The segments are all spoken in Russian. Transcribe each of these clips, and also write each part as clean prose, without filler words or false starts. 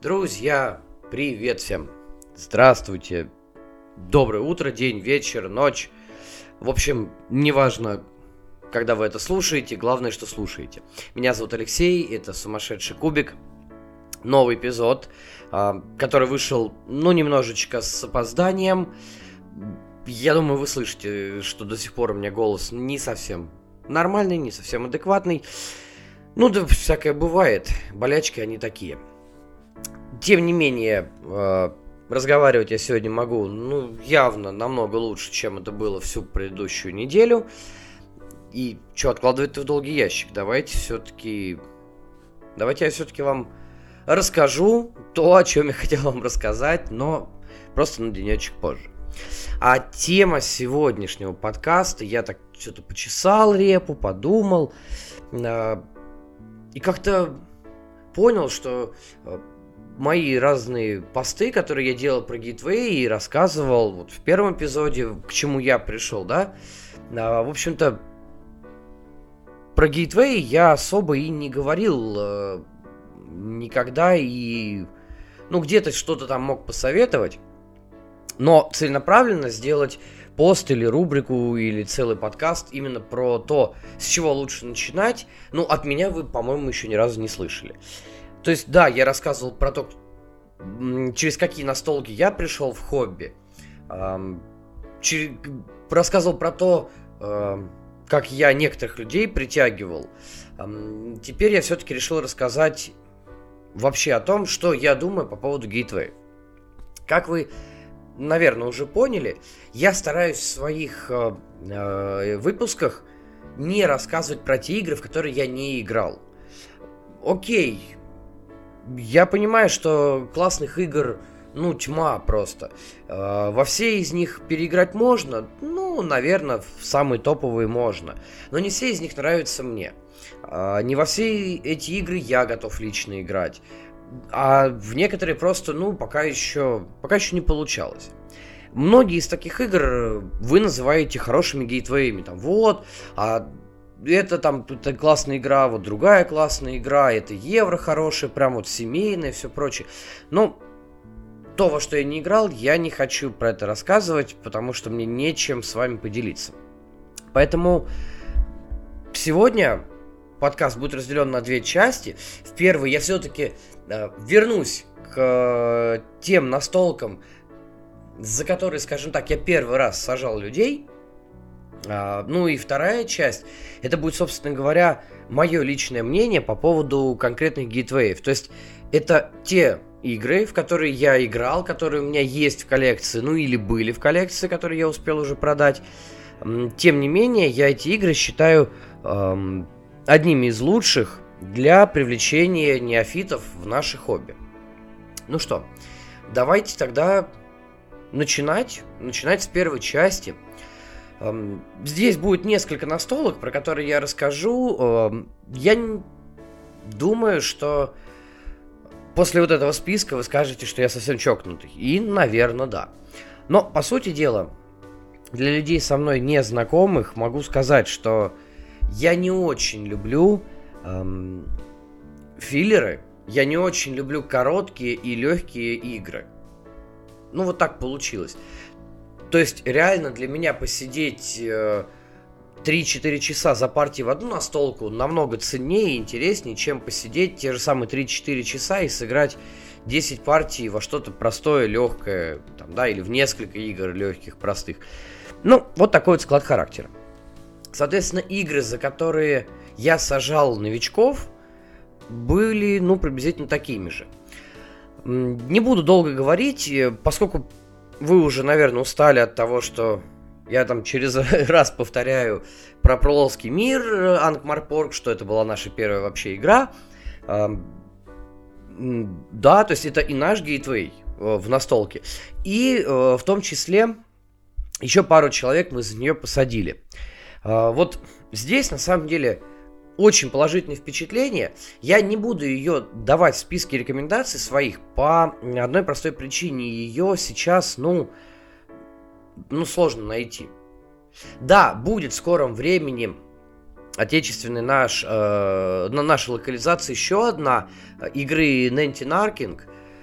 Друзья, привет всем! Здравствуйте! Доброе утро, день, вечер, ночь. В общем, неважно, когда вы это слушаете, главное, что слушаете. Меня зовут Алексей, это «Сумасшедший кубик». Новый эпизод, который вышел, немножечко с опозданием. Я думаю, вы слышите, что до сих пор у меня голос не совсем нормальный, не совсем адекватный. Да всякое бывает, болячки они такие. Тем не менее, разговаривать я сегодня могу, явно намного лучше, чем это было всю предыдущую неделю. И что, откладывать-то в долгий ящик? Давайте я все-таки вам расскажу то, о чем я хотел вам рассказать, но просто на денечек позже. А тема сегодняшнего подкаста, я так что-то почесал репу, подумал, и как-то понял, что мои разные посты, которые я делал про Gateway и рассказывал вот в первом эпизоде, к чему я пришел, в общем-то, про Gateway я особо и не говорил никогда, и, где-то что-то там мог посоветовать, но целенаправленно сделать пост или рубрику, или целый подкаст именно про то, с чего лучше начинать, от меня вы, по-моему, еще ни разу не слышали. То есть, да, я рассказывал про то, через какие настолки я пришел в хобби. Рассказывал про то, как я некоторых людей притягивал. Теперь я все-таки решил рассказать вообще о том, что я думаю по поводу Gateway. Как вы, наверное, уже поняли, я стараюсь в своих выпусках не рассказывать про те игры, в которые я не играл. Окей. Я понимаю, что классных игр, тьма просто. Во все из них переиграть можно, наверное, в самые топовые можно. Но не все из них нравятся мне. Не во все эти игры я готов лично играть. А в некоторые просто, пока еще не получалось. Многие из таких игр вы называете хорошими гейтвеями. Это классная игра, вот другая классная игра, это евро хорошее, прям вот семейное, все прочее. То, во что я не играл, я не хочу про это рассказывать, потому что мне нечем с вами поделиться. Поэтому сегодня подкаст будет разделен на две части. В первой я все-таки вернусь к тем настолкам, за которые, скажем так, я первый раз сажал людей. И вторая часть, это будет, собственно говоря, мое личное мнение по поводу конкретных гейтвеев. То есть, это те игры, в которые я играл, которые у меня есть в коллекции, или были в коллекции, которые я успел уже продать. Тем не менее, я эти игры считаю одними из лучших для привлечения неофитов в наше хобби. Давайте тогда начинать с первой части. Здесь будет несколько настолок, про которые я расскажу. Я думаю, что после вот этого списка вы скажете, что я совсем чокнутый. И, наверное, да. Но, по сути дела, для людей со мной не знакомых могу сказать, что я не очень люблю филлеры. Я не очень люблю короткие и легкие игры. Вот так получилось. То есть, реально для меня посидеть 3-4 часа за партией в одну настолку намного ценнее и интереснее, чем посидеть те же самые 3-4 часа и сыграть 10 партий во что-то простое, легкое, или в несколько игр легких, простых. Вот такой вот склад характера. Соответственно, игры, за которые я сажал новичков, были, приблизительно такими же. Не буду долго говорить, поскольку вы уже, наверное, устали от того, что я через раз повторяю про Проловский мир, Анкмарпорг, что это была наша первая вообще игра. Да, то есть это и наш гейтвей в настолке. И в том числе еще пару человек мы за нее посадили. Вот здесь, на самом деле, очень положительное впечатление. Я не буду ее давать в списке рекомендаций своих по одной простой причине. Ее сейчас, сложно найти. Да, будет в скором времени отечественный на нашей локализации еще одна игры Nancy Narking.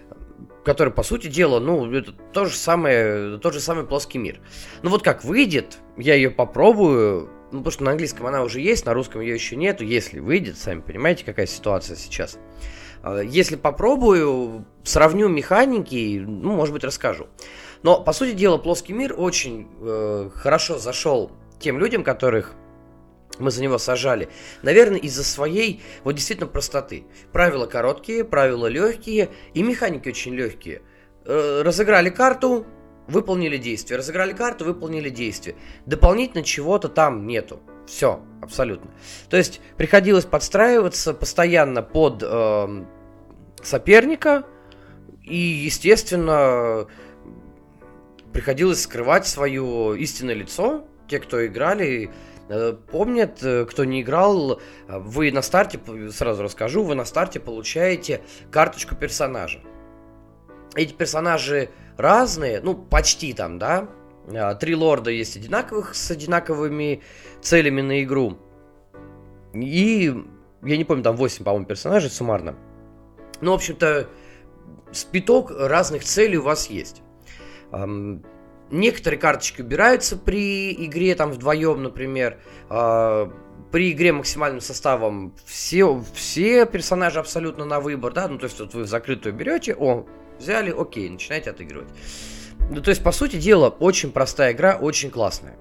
который, по сути дела, ну, это тот же самый плоский мир. Ну, вот как выйдет, я ее попробую, ну, потому что на английском она уже есть, на русском ее еще нету. Если выйдет, сами понимаете, какая ситуация сейчас. Если попробую, сравню механики, ну, может быть, расскажу. Но, по сути дела, плоский мир очень хорошо зашел тем людям, которых мы за него сажали. Наверное, из-за своей, вот действительно, простоты. Правила короткие, правила легкие, и механики очень легкие. Разыграли карту, выполнили действие. Разыграли карту, выполнили действие. Дополнительно чего-то там нету. Все, абсолютно. То есть, приходилось подстраиваться постоянно под соперника, и, естественно, приходилось скрывать свое истинное лицо. Те, кто играли, помнят, кто не играл, вы на старте, сразу расскажу, вы на старте получаете карточку персонажа. Эти персонажи разные, ну, почти там, да. 3 лорда есть одинаковых, с одинаковыми целями на игру. И, я не помню, там 8, по-моему, персонажей суммарно. Ну, в общем-то, спиток разных целей у вас есть. Некоторые карточки убираются при игре там вдвоем, например. При игре максимальным составом все персонажи абсолютно на выбор, да. Ну, то есть, вот вы в закрытую берете, взяли, окей, начинаете отыгрывать. Ну, то есть, по сути дела, очень простая игра, очень классная.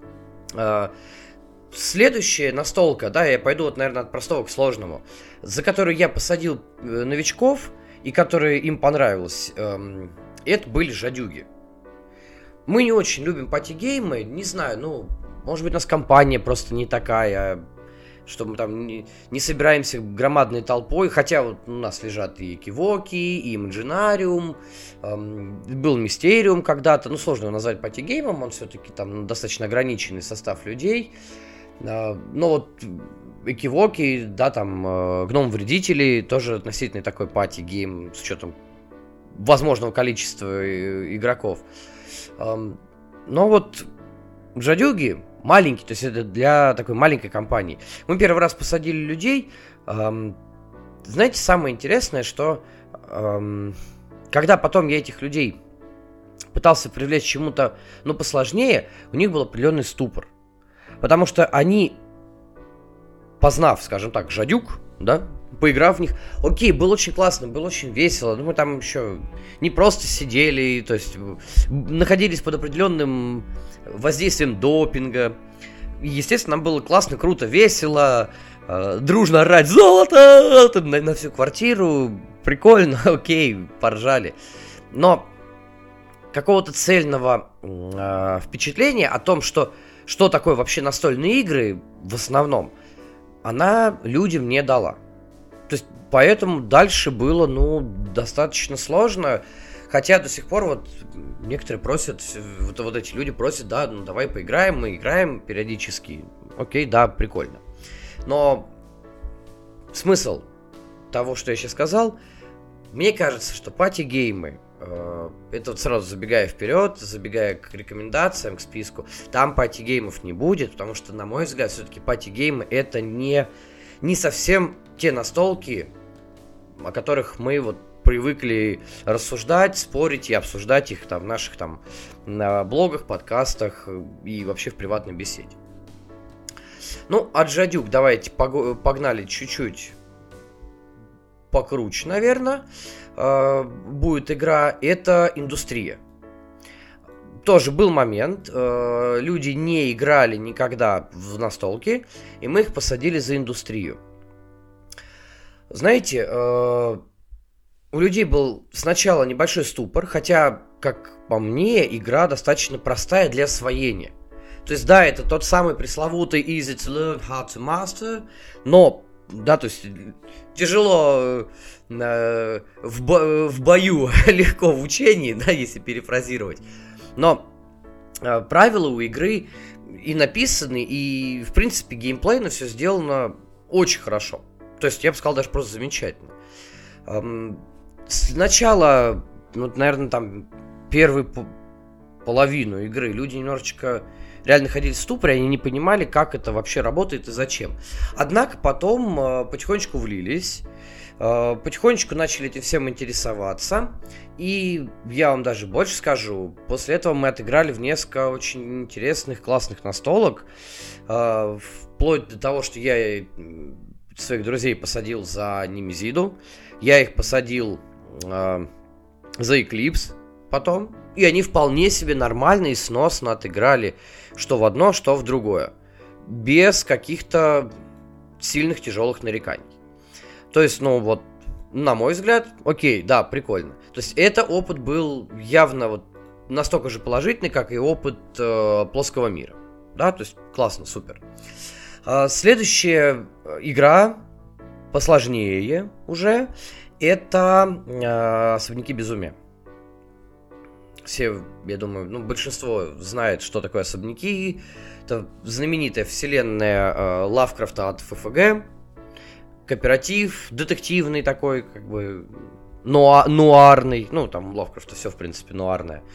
Следующая настолка, да, я пойду, вот, наверное, от простого к сложному, за которую я посадил новичков, и которая им понравилась, это были жадюги. Мы не очень любим пати-геймы, не знаю, ну, может быть, у нас компания просто не такая, что мы там не собираемся громадной толпой, хотя вот у нас лежат и Экивоки, и Имаджинариум, был Мистериум когда-то, ну, сложно его назвать пати-геймом, он все-таки там достаточно ограниченный состав людей, но вот Экивоки, да, там, Гном-вредители, тоже относительно такой пати-гейм, с учетом возможного количества игроков. Но вот жадюги маленькие, то есть это для такой маленькой компании. Мы первый раз посадили людей. Знаете, самое интересное, что когда потом я этих людей пытался привлечь к чему-то, ну, посложнее, у них был определенный ступор. Потому что они, познав, скажем так, жадюк, да, поиграв в них, окей, было очень классно, было очень весело, но мы там еще не просто сидели, то есть находились под определенным воздействием допинга. И, естественно, нам было классно, круто, весело, дружно орать «Золото!» на всю квартиру, прикольно, окей, поржали. Но какого-то цельного впечатления о том, что такое вообще настольные игры, в основном, она людям не дала. То есть, поэтому дальше было, ну, достаточно сложно. Хотя до сих пор вот некоторые просят, вот эти люди просят, да, ну давай поиграем, мы играем периодически. Окей, да, прикольно. Но смысл того, что я сейчас сказал, мне кажется, что пати-геймы, это вот сразу забегая вперед, забегая к рекомендациям, к списку, там пати-геймов не будет, потому что, на мой взгляд, все-таки пати-геймы это не совсем те настолки, о которых мы вот привыкли рассуждать, спорить и обсуждать их там в наших там на блогах, подкастах и вообще в приватной беседе. Ну, от жадюк давайте погнали чуть-чуть покруче, наверное. Будет игра, это Индустрия. Тоже был момент, люди не играли никогда в настолки, и мы их посадили за Индустрию. Знаете, у людей был сначала небольшой ступор, хотя, как по мне, игра достаточно простая для освоения. То есть, да, это тот самый пресловутый easy to learn, hard to master, но, да, то есть, тяжело в бою, легко в учении, да, если перефразировать. Но правила у игры и написаны, и, в принципе, геймплейно все сделано очень хорошо. То есть, я бы сказал, даже просто замечательно. Сначала, ну, наверное, там, первую половину игры люди немножечко реально ходили в ступоре, они не понимали, как это вообще работает и зачем. Однако потом потихонечку влились. Потихонечку начали этим всем интересоваться. И я вам даже больше скажу. После этого мы отыграли в несколько очень интересных, классных настолок. Вплоть до того, что я своих друзей посадил за Немезиду. Я их посадил за Эклипс потом. И они вполне себе нормально и сносно отыграли что в одно, что в другое. Без каких-то сильных тяжелых нареканий. То есть, на мой взгляд, окей, да, прикольно. То есть, это опыт был явно настолько же положительный, как и опыт плоского мира. Да, то есть, классно, супер. Следующая игра, посложнее уже, это «Особняки безумия». Все, я думаю, большинство знает, что такое «Особняки». Это знаменитая вселенная Лавкрафта от ФФГ. Кооператив, детективный такой, нуарный. Там у Лавкрафта все, в принципе, нуарное.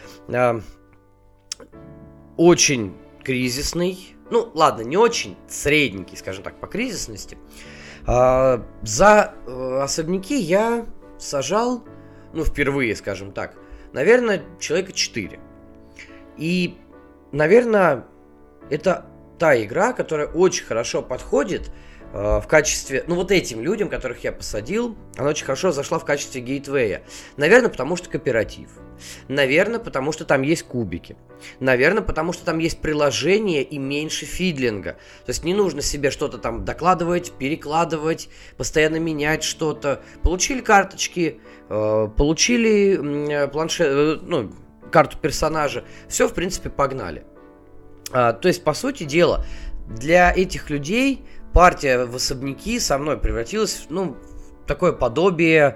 Очень кризисный. Ладно, не очень, средненький, скажем так, по кризисности. За особняки я сажал, впервые, скажем так, наверное, человека 4. И, наверное, это та игра, которая очень хорошо подходит в качестве, этим людям, которых я посадил, она очень хорошо зашла в качестве гейтвея. Наверное, потому что кооператив. Наверное, потому что там есть кубики. Наверное, потому что там есть приложение и меньше фидлинга. То есть не нужно себе что-то там докладывать, перекладывать, постоянно менять что-то. Получили карточки, получили планшет, карту персонажа. Все, в принципе, погнали. То есть, по сути дела, для этих людей партия в особняки со мной превратилась в такое подобие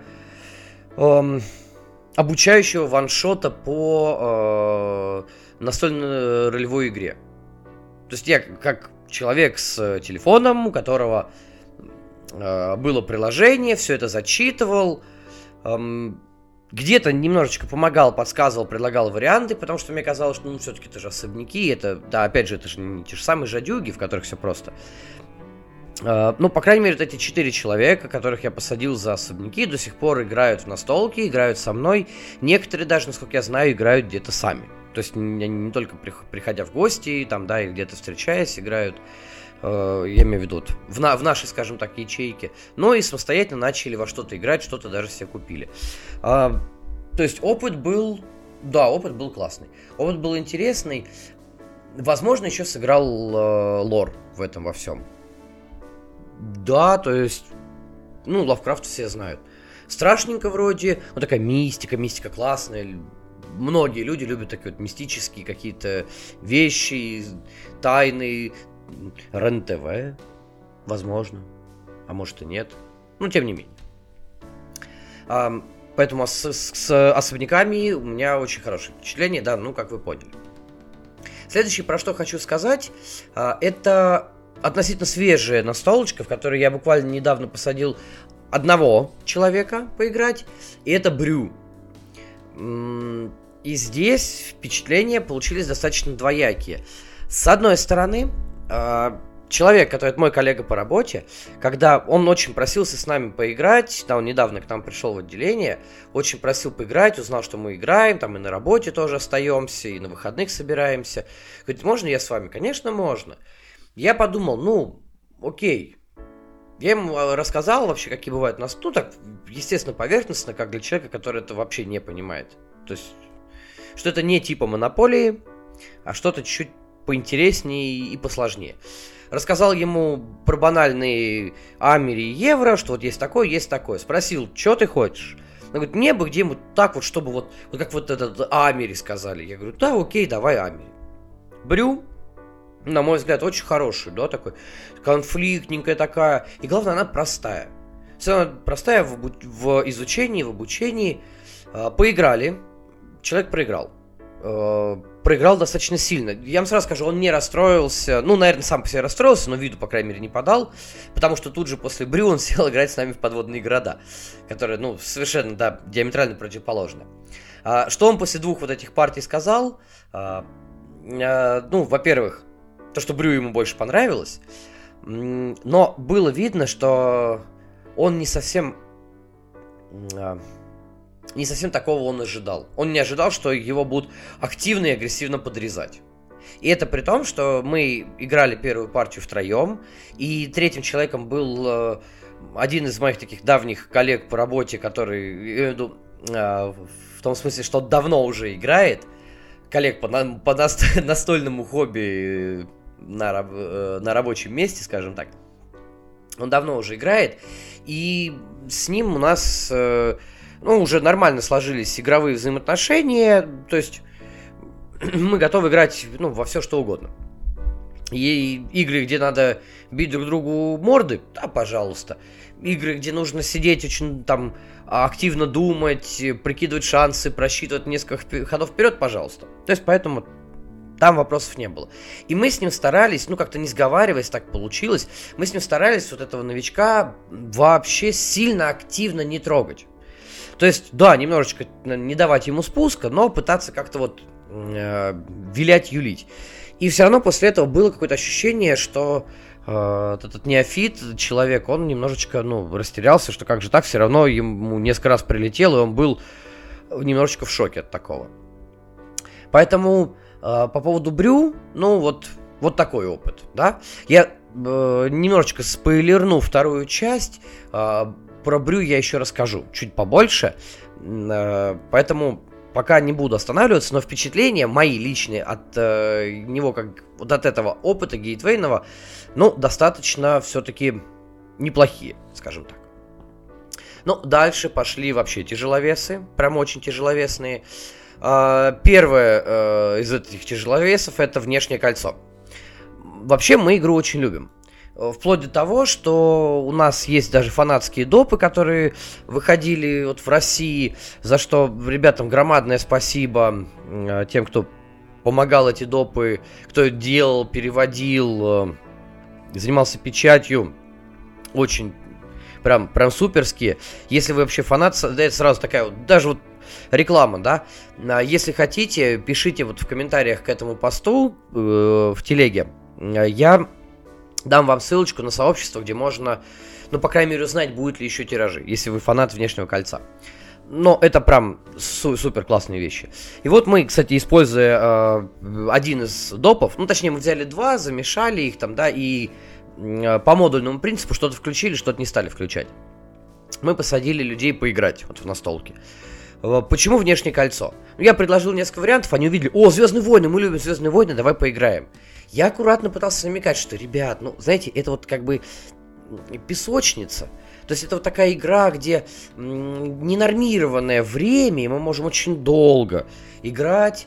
обучающего ваншота по настольной ролевой игре. То есть я как человек с телефоном, у которого было приложение, все это зачитывал, где-то немножечко помогал, подсказывал, предлагал варианты, потому что мне казалось, что все-таки это же особняки, это же не те же самые жадюги, в которых все просто. По крайней мере, эти 4 человека, которых я посадил за особняки, до сих пор играют в настолки, играют со мной. Некоторые даже, насколько я знаю, играют где-то сами. То есть не только приходя в гости, или где-то встречаясь, играют, я имею в виду, в нашей, скажем так, ячейке. Но и самостоятельно начали во что-то играть, что-то даже себе купили. То есть опыт был классный. Опыт был интересный. Возможно, еще сыграл лор в этом во всем. Да, то есть, Лавкрафт все знают. Страшненько вроде, такая мистика классная. Многие люди любят такие мистические какие-то вещи, тайны. РЕН-ТВ, возможно, а может и нет. Тем не менее. Поэтому с особняками у меня очень хорошее впечатление, да, как вы поняли. Следующее, про что хочу сказать, это относительно свежая настолочка, в которой я буквально недавно посадил одного человека поиграть, и это Брю. И здесь впечатления получились достаточно двоякие. С одной стороны, человек, который это мой коллега по работе, когда он очень просился с нами поиграть, он недавно к нам пришел в отделение, очень просил поиграть, узнал, что мы играем, и на работе тоже остаемся, и на выходных собираемся. Говорит, можно я с вами? Конечно, можно. Я подумал, окей. Я ему рассказал вообще, какие бывают у нас, естественно, поверхностно, как для человека, который это вообще не понимает. То есть, что это не типа монополии, а что-то чуть-чуть поинтереснее и посложнее. Рассказал ему про банальные Амери и Евро, что есть такое, есть такое. Спросил, что ты хочешь? Он говорит, мне бы где-нибудь так чтобы как этот Амери сказали. Я говорю, да, окей, давай Амери. Брю, на мой взгляд, очень хорошую, да, такой, конфликтненькая такая. И главное, она простая. Она простая в изучении, в обучении. Поиграли, человек проиграл. Проиграл достаточно сильно. Я вам сразу скажу, он не расстроился. Наверное, сам по себе расстроился, но виду, по крайней мере, не подал. Потому что тут же после Брю он сел играть с нами в подводные города. Которые, совершенно, да, диаметрально противоположны. Что он после двух этих партий сказал? Во-первых, то, что Брю ему больше понравилось. Но было видно, что он не совсем такого он ожидал. Он не ожидал, что его будут активно и агрессивно подрезать. И это при том, что мы играли первую партию втроем, и третьим человеком был один из моих таких давних коллег по работе, который, я имею в виду, в том смысле, что давно уже играет, коллег по настольному хобби на рабочем месте, скажем так. Он давно уже играет, и с ним у нас уже нормально сложились игровые взаимоотношения, то есть мы готовы играть во все что угодно. И игры, где надо бить друг другу морды, да, пожалуйста. Игры, где нужно сидеть очень там активно думать, прикидывать шансы, просчитывать несколько ходов вперед, пожалуйста. То есть поэтому там вопросов не было. И мы с ним старались, как-то не сговариваясь, так получилось, мы с ним старались вот этого новичка вообще сильно активно не трогать. То есть, да, немножечко не давать ему спуска, но пытаться как-то вилять, юлить. И все равно после этого было какое-то ощущение, что этот неофит, человек, он немножечко, растерялся, что как же так, все равно ему несколько раз прилетело, и он был немножечко в шоке от такого. Поэтому по поводу Брю, вот такой опыт, да. Я немножечко спойлерну вторую часть, про Брю я еще расскажу чуть побольше, поэтому пока не буду останавливаться, но впечатления мои личные от него, как вот от этого опыта гейтвейного, достаточно все-таки неплохие, скажем так. Дальше пошли вообще тяжеловесы, прям очень тяжеловесные. Первое из этих тяжеловесов — это внешнее кольцо. Вообще мы игру очень любим. Вплоть до того, что у нас есть даже фанатские допы, которые выходили в России, за что ребятам громадное спасибо, тем, кто помогал эти допы, кто делал, переводил, занимался печатью. Очень прям суперские. Если вы вообще фанат, да, это сразу такая даже реклама, да. Если хотите, пишите в комментариях к этому посту в телеге. Я дам вам ссылочку на сообщество, где можно, по крайней мере, узнать, будут ли еще тиражи, если вы фанат внешнего кольца. Но это прям супер классные вещи. И мы, кстати, используя один из допов, точнее, мы взяли два, замешали их там, да, и по модульному принципу что-то включили, что-то не стали включать. Мы посадили людей поиграть в настолке. Почему внешнее кольцо? Я предложил несколько вариантов, они увидели: о, Звездные войны, мы любим Звездные войны, давай поиграем. Я аккуратно пытался намекать, что, ребят, знаете, это как бы песочница. То есть это такая игра, где ненормированное время, и мы можем очень долго играть.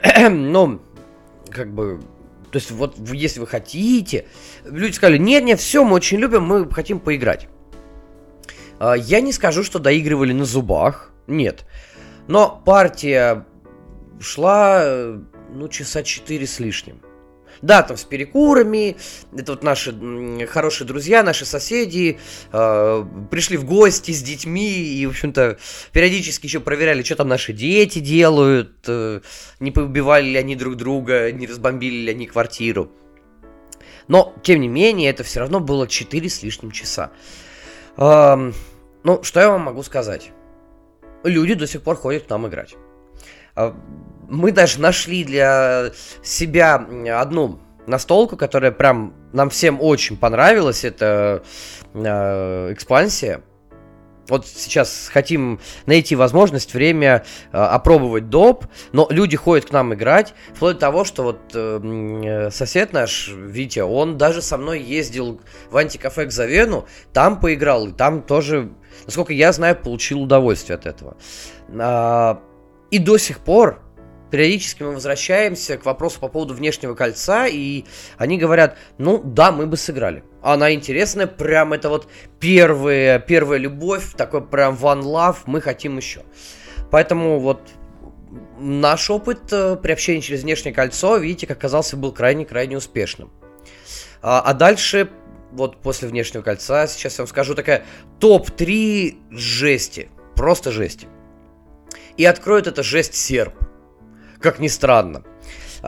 То есть если вы хотите. Люди сказали: нет, все, мы очень любим, мы хотим поиграть. Я не скажу, что доигрывали на зубах, нет. Но партия шла, часа 4 с лишним. Да, там с перекурами, это наши хорошие друзья, наши соседи, пришли в гости с детьми и, в общем-то, периодически еще проверяли, что там наши дети делают, не поубивали ли они друг друга, не разбомбили ли они квартиру. Но, тем не менее, это все равно было 4 с лишним часа. Что я вам могу сказать? Люди до сих пор ходят к нам играть. Мы даже нашли для себя одну настолку, которая прям нам всем очень понравилась. Это экспансия. Сейчас хотим найти возможность, время опробовать доп, но люди ходят к нам играть, вплоть до того, что сосед наш, Витя, он даже со мной ездил в антикафе к Завену, там поиграл, и там тоже, насколько я знаю, получил удовольствие от этого. И до сих пор периодически мы возвращаемся к вопросу по поводу внешнего кольца, и они говорят: да, мы бы сыграли. Она интересная, прям это первая любовь, такой прям one love, мы хотим еще. Поэтому наш опыт при общении через внешнее кольцо, видите, как оказался, был крайне-крайне успешным. А дальше, после внешнего кольца, сейчас я вам скажу, такая топ-3 жести, просто жести. И откроет это жесть серб. Как ни странно.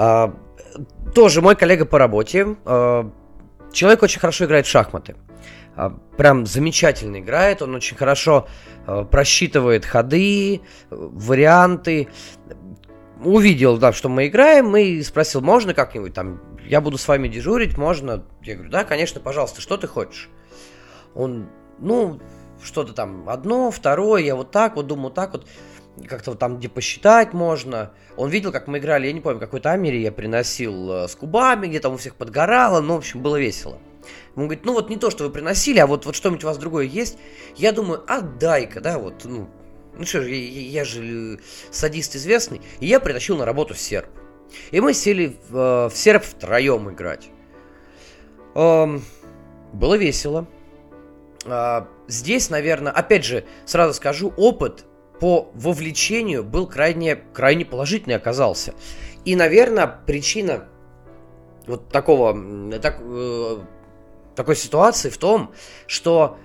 Тоже мой коллега по работе. Человек очень хорошо играет в шахматы. прям замечательно играет, он очень хорошо просчитывает ходы, варианты. Увидел, да, что мы играем, и спросил, можно как-нибудь там, я буду с вами дежурить, можно? Я говорю, да, конечно, пожалуйста, что ты хочешь? Он, что-то там, одно, второе, я вот так вот думаю, так вот, как-то вот там, где посчитать можно. Он видел, как мы играли, я не помню, какой-то Амери я приносил с кубами, где там у всех подгорало, в общем, было весело. Он говорит, вот не то, что вы приносили, а вот что-нибудь у вас другое есть. Я думаю, дай-ка, да, что же, я же садист известный. И я притащил на работу серп. И мы сели в серп втроем играть. Было весело. Здесь, наверное, опять же, сразу скажу, опыт по вовлечению был крайне положительный оказался. И, наверное, причина вот такой ситуации в том, что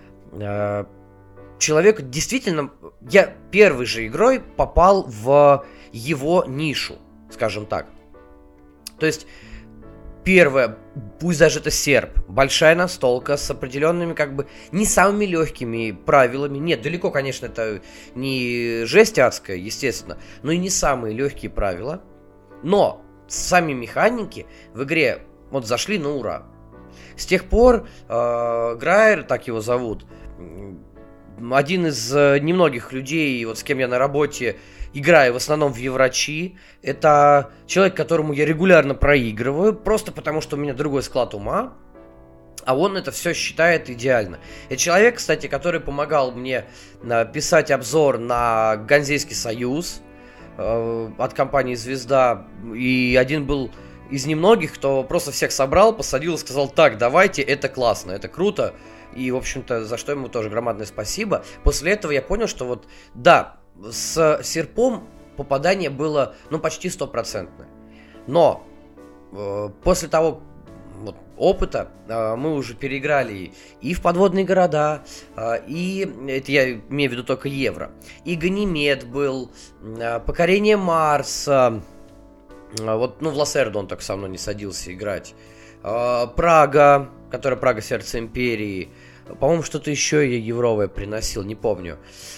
человек действительно... Я первой же игрой попал в его нишу, скажем так. То есть, первое, пусть даже это серп, большая настолка с определенными, не самыми легкими правилами. Нет, далеко, конечно, это не жесть адская, естественно, но и не самые легкие правила. Но сами механики в игре зашли на ура. С тех пор Грайер, так его зовут, один из немногих людей, с кем я на работе играю, в основном в Еврачи. Это человек, которому я регулярно проигрываю, просто потому что у меня другой склад ума, а он это все считает идеально. Это человек, кстати, который помогал мне писать обзор на Ганзейский союз от компании «Звезда», и один был из немногих, кто просто всех собрал, посадил и сказал, так, давайте, это классно, это круто. И, в общем-то, за что ему тоже громадное спасибо. После этого я понял, что с серпом попадание было, почти 100%. Но после того опыта мы уже переиграли и в подводные города, и, это я имею в виду только евро, и Ганимед был, покорение Марса, в Лассерду он так со мной не садился играть, Прага, которая Прага сердце империи, по-моему, что-то еще я евровое приносил, не помню.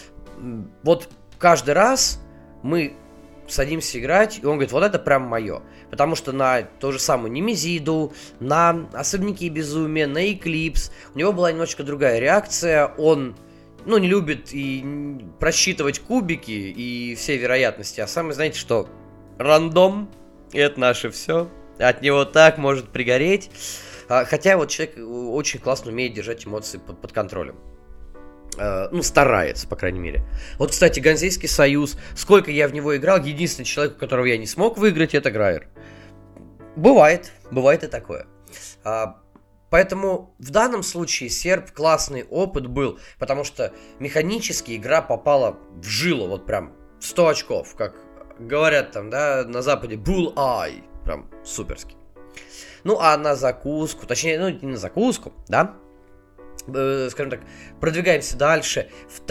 Каждый раз мы садимся играть, и он говорит, это прям мое. Потому что на ту же самую Немезиду, на Особняки Безумия, на Эклипс у него была немножечко другая реакция. Он, не любит и просчитывать кубики и все вероятности. А самое, знаете, что рандом — это наше все. От него так может пригореть. Хотя человек очень классно умеет держать эмоции под контролем. Старается, по крайней мере. Кстати, Ганзейский союз, сколько я в него играл, единственный человек, у которого я не смог выиграть, это Грайер. Бывает и такое. Поэтому в данном случае серп классный опыт был, потому что механически игра попала в жилу, прям 100 очков, как говорят там, да, на Западе, bull-eye, прям суперски. А на закуску, точнее, не на закуску, да, скажем так, продвигаемся дальше.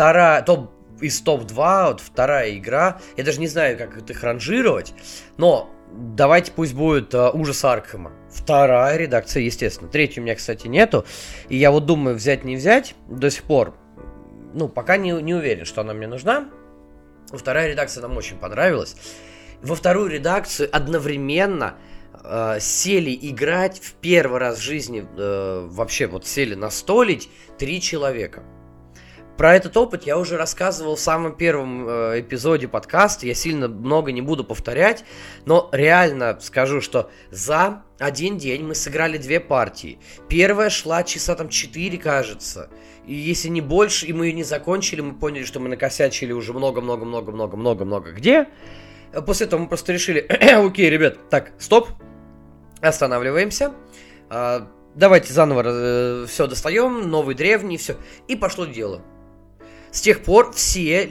Из топ-2, вторая игра. Я даже не знаю, как их ранжировать, но давайте пусть будет «Ужас Аркхема». Вторая редакция, естественно. Третью у меня, кстати, нету. И я думаю, взять не взять до сих пор. Пока не уверен, что она мне нужна. Вторая редакция нам очень понравилась. Во вторую редакцию одновременно сели играть в первый раз в жизни, вообще сели настолить 3 человека. Про этот опыт я уже рассказывал в самом первом эпизоде подкаста, я сильно много не буду повторять, но реально скажу, что за один день мы сыграли 2 партии. Первая шла часа 4, кажется, и если не больше, и мы ее не закончили, мы поняли, что мы накосячили уже много-много-много-много-много где. После этого мы просто решили, окей, ребят, так, стоп, останавливаемся, давайте заново все достаем, новый, древний, все, и пошло дело. С тех пор все,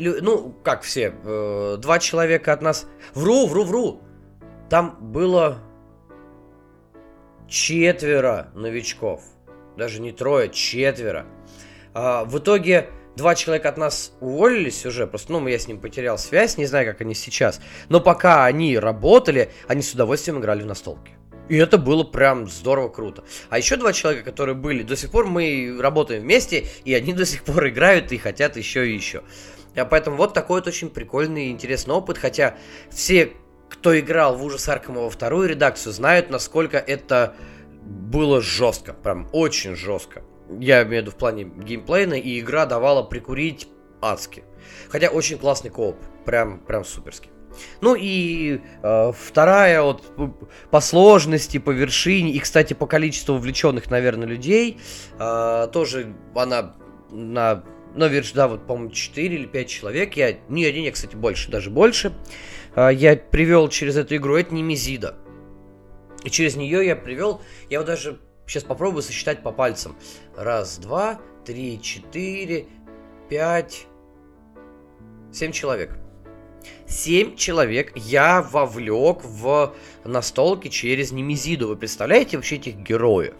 2 человека от нас, вру, там было 4 новичков, даже не 3, 4. В итоге 2 человека от нас уволились уже, просто, я с ним потерял связь, не знаю, как они сейчас. Но пока они работали, они с удовольствием играли в настолки. И это было прям здорово круто. А еще 2 человека, которые были, до сих пор мы работаем вместе, и они до сих пор играют и хотят еще и еще. Поэтому вот такой вот очень прикольный и интересный опыт, хотя все, кто играл в «Ужас Аркхема» во вторую редакцию, знают, насколько это было жестко, прям очень жестко. Я имею в виду в плане геймплейна, и игра давала прикурить адски. Хотя очень классный кооп, прям суперский. Ну и вторая вот по сложности, по вершине и, кстати, по количеству вовлеченных, наверное, людей, тоже она да, вот, по-моему, 4 или 5 человек, не, кстати, больше, даже больше, я привел через эту игру, это Немезида. И через нее я вот даже сейчас попробую сосчитать по пальцам. 1, 2, 3, 4, 5, 7 человек. 7 человек я вовлек в настолки через Немезиду. Вы представляете вообще этих героев?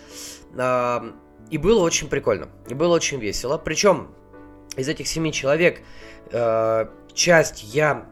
И было очень прикольно. И было очень весело. Причем из этих 7 человек части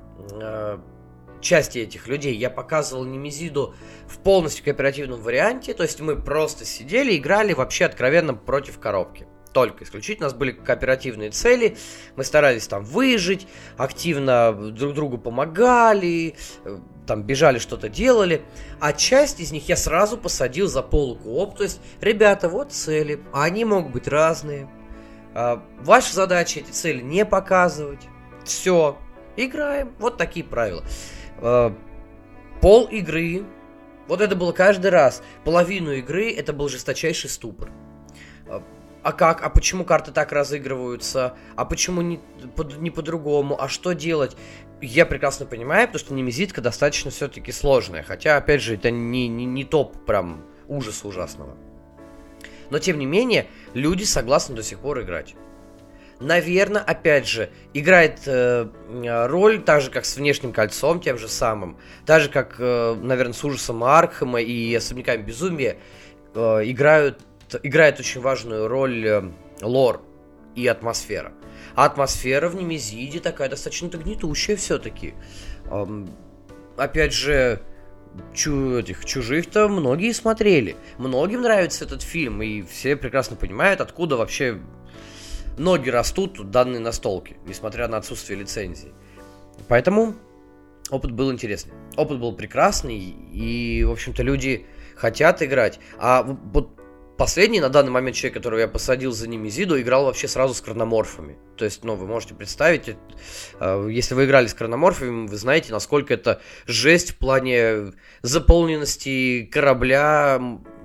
этих людей я показывал Немезиду в полностью кооперативном варианте. То есть мы просто сидели, играли вообще откровенно против коробки. Только исключительно у нас были кооперативные цели, мы старались там выжить, активно друг другу помогали, там бежали, что-то делали, а часть из них я сразу посадил за полукооп, то есть, ребята, вот цели, а они могут быть разные, ваша задача эти цели не показывать, все, играем, вот такие правила. Пол игры, вот это было каждый раз, половину игры это был жесточайший ступор. А как? А почему карты так разыгрываются? А почему не по-другому? А что делать? Я прекрасно понимаю, потому что Немезидка достаточно все-таки сложная. Хотя, опять же, это не топ прям ужаса ужасного. Но, тем не менее, люди согласны до сих пор играть. Наверное, опять же, играет роль так же, как с Внешним кольцом, тем же самым. Так же, как, наверное, с Ужасом Аркхема и Особняками Безумия играет очень важную роль лор и атмосфера. А атмосфера в Немезиде такая достаточно гнетущая все-таки. Опять же, этих чужих-то многие смотрели. Многим нравится этот фильм, и все прекрасно понимают, откуда вообще ноги растут у данной настолки, несмотря на отсутствие лицензии. Поэтому опыт был интересный. Опыт был прекрасный, и, в общем-то, люди хотят играть. А вот последний на данный момент человек, которого я посадил за Немезиду, играл вообще сразу с Хрономорфами. То есть, вы можете представить, если вы играли с Хрономорфами, вы знаете, насколько это жесть в плане заполненности корабля.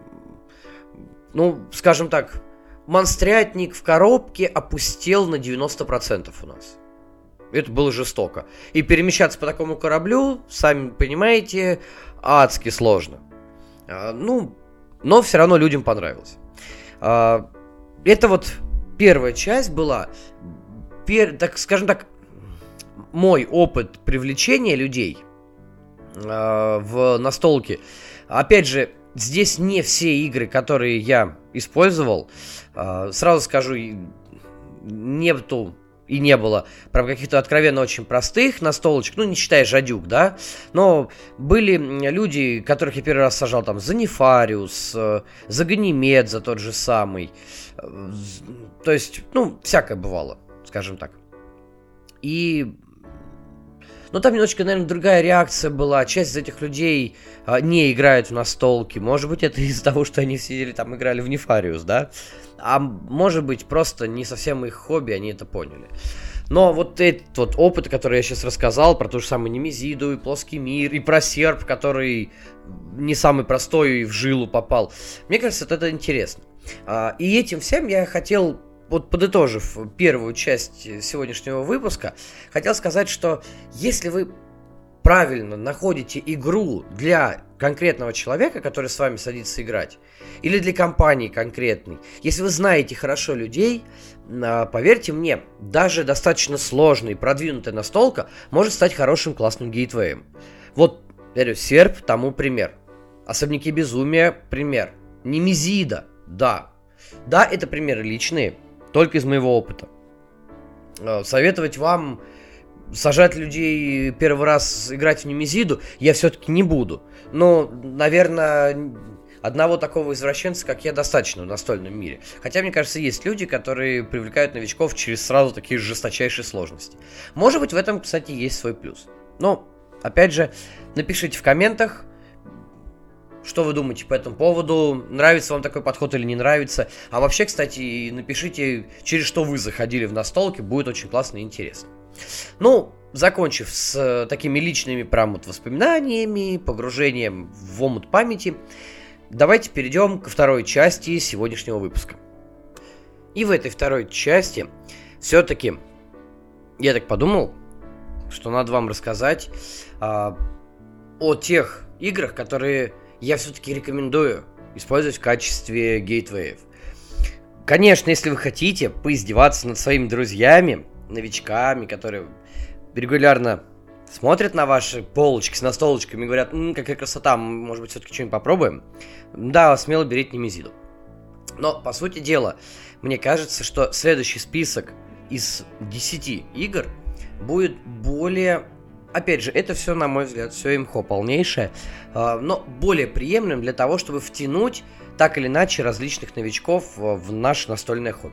Скажем так, монстрятник в коробке опустел на 90% у нас. Это было жестоко. И перемещаться по такому кораблю, сами понимаете, адски сложно. Но все равно людям понравилось. Это вот первая часть была, скажем так, мой опыт привлечения людей в настолки. Опять же, здесь не все игры, которые я использовал. Сразу скажу, нету и не было прям каких-то откровенно очень простых настолочек, не считая Жадюк, да, но были люди, которых я первый раз сажал там за Нефариус, за Ганимед, за тот же самый, то есть, всякое бывало, скажем так. Там немножечко, наверное, другая реакция была. Часть из этих людей не играет в настолки. Может быть, это из-за того, что они сидели там, играли в Нефариус, да? А может быть, просто не совсем их хобби, они это поняли. Но вот этот вот опыт, который я сейчас рассказал, про ту же самую Немезиду, и Плоский мир, и про серп, который не самый простой и в жилу попал. Мне кажется, это интересно. И этим всем я хотел, вот подытожив первую часть сегодняшнего выпуска, хотел сказать, что если вы правильно находите игру для конкретного человека, который с вами садится играть, или для компании конкретной, если вы знаете хорошо людей, поверьте мне, даже достаточно сложная и продвинутая настолка может стать хорошим классным гейтвеем. Вот, говорю, серп тому пример. Особняки Безумия пример. Немезида, да. Да, это примеры личные, только из моего опыта. Советовать вам сажать людей первый раз играть в Немезиду я все-таки не буду. Но, наверное, одного такого извращенца, как я, достаточно в настольном мире. Хотя, мне кажется, есть люди, которые привлекают новичков через сразу такие жесточайшие сложности. Может быть, в этом, кстати, есть свой плюс. Но, опять же, напишите в комментах, что вы думаете по этому поводу, нравится вам такой подход или не нравится. А вообще, кстати, напишите, через что вы заходили в настолки, будет очень классно и интересно. Ну, закончив с такими личными прям вот воспоминаниями, погружением в омут памяти, давайте перейдем ко второй части сегодняшнего выпуска. И в этой второй части все-таки я так подумал, что надо вам рассказать о тех играх, которые я все-таки рекомендую использовать в качестве гейтвеев. Конечно, если вы хотите поиздеваться над своими друзьями, новичками, которые регулярно смотрят на ваши полочки с настолочками и говорят, какая красота, может быть, все-таки что-нибудь попробуем, да, смело берите Немезиду. Но, по сути дела, мне кажется, что следующий список из 10 игр будет более... Опять же, это все, на мой взгляд, все имхо полнейшее, но более приемлемым для того, чтобы втянуть так или иначе различных новичков в наше настольное хобби.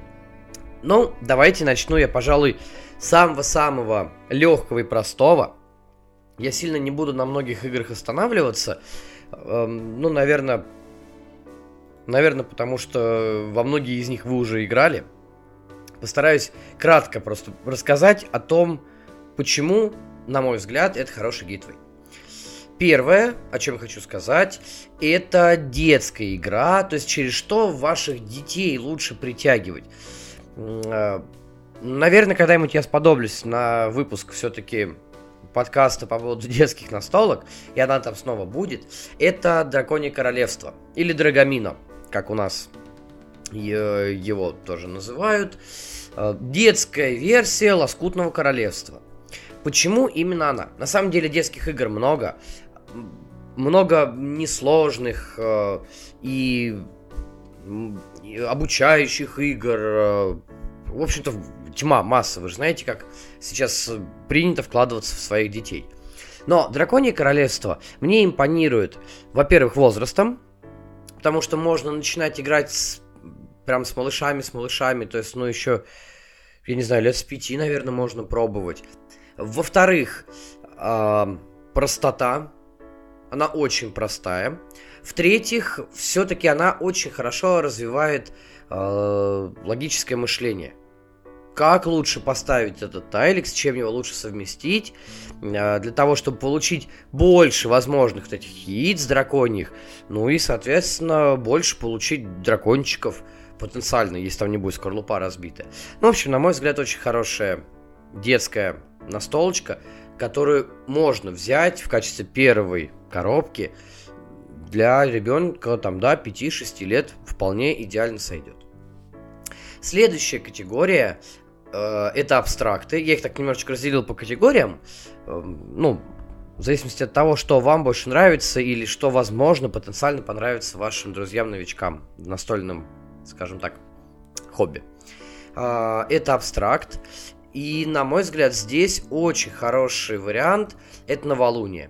Ну, давайте начну я, пожалуй, с самого-самого легкого и простого. Я сильно не буду на многих играх останавливаться, ну, наверное, потому что во многие из них вы уже играли. Постараюсь кратко просто рассказать о том, почему, на мой взгляд, это хороший гейтвей. Первое, о чем я хочу сказать, это детская игра, то есть через что ваших детей лучше притягивать. Наверное, когда-нибудь я сподоблюсь на выпуск все-таки подкаста по поводу детских настолок, и она там снова будет. Это Драконье Королевство, или Драгомино, как у нас его тоже называют. Детская версия Лоскутного Королевства. Почему именно она? На самом деле детских игр много несложных и обучающих игр. В общем-то, тьма, масса. Вы же знаете, как сейчас принято вкладываться в своих детей. Но Драконье Королевство мне импонирует, во-первых, возрастом, потому что можно начинать играть прям с малышами, то есть, ну, еще, я не знаю, лет с 5, наверное, можно пробовать. Во-вторых, простота, она очень простая. В-третьих, все-таки она очень хорошо развивает логическое мышление. Как лучше поставить этот тайлик, с чем его лучше совместить, для того, чтобы получить больше возможных вот этих яиц драконьих, ну и, соответственно, больше получить дракончиков потенциально, если там не будет скорлупа разбитая. Ну, в общем, на мой взгляд, очень хорошая детская настолочка, которую можно взять в качестве первой коробки для ребенка, там, да, 5-6 лет, вполне идеально сойдет. Следующая категория это абстракты. Я их так немножечко разделил по категориям, ну, в зависимости от того, что вам больше нравится или что, возможно, потенциально понравится вашим друзьям-новичкам в настольном, скажем так, хобби. Это абстракт. И, на мой взгляд, здесь очень хороший вариант – это новолуние.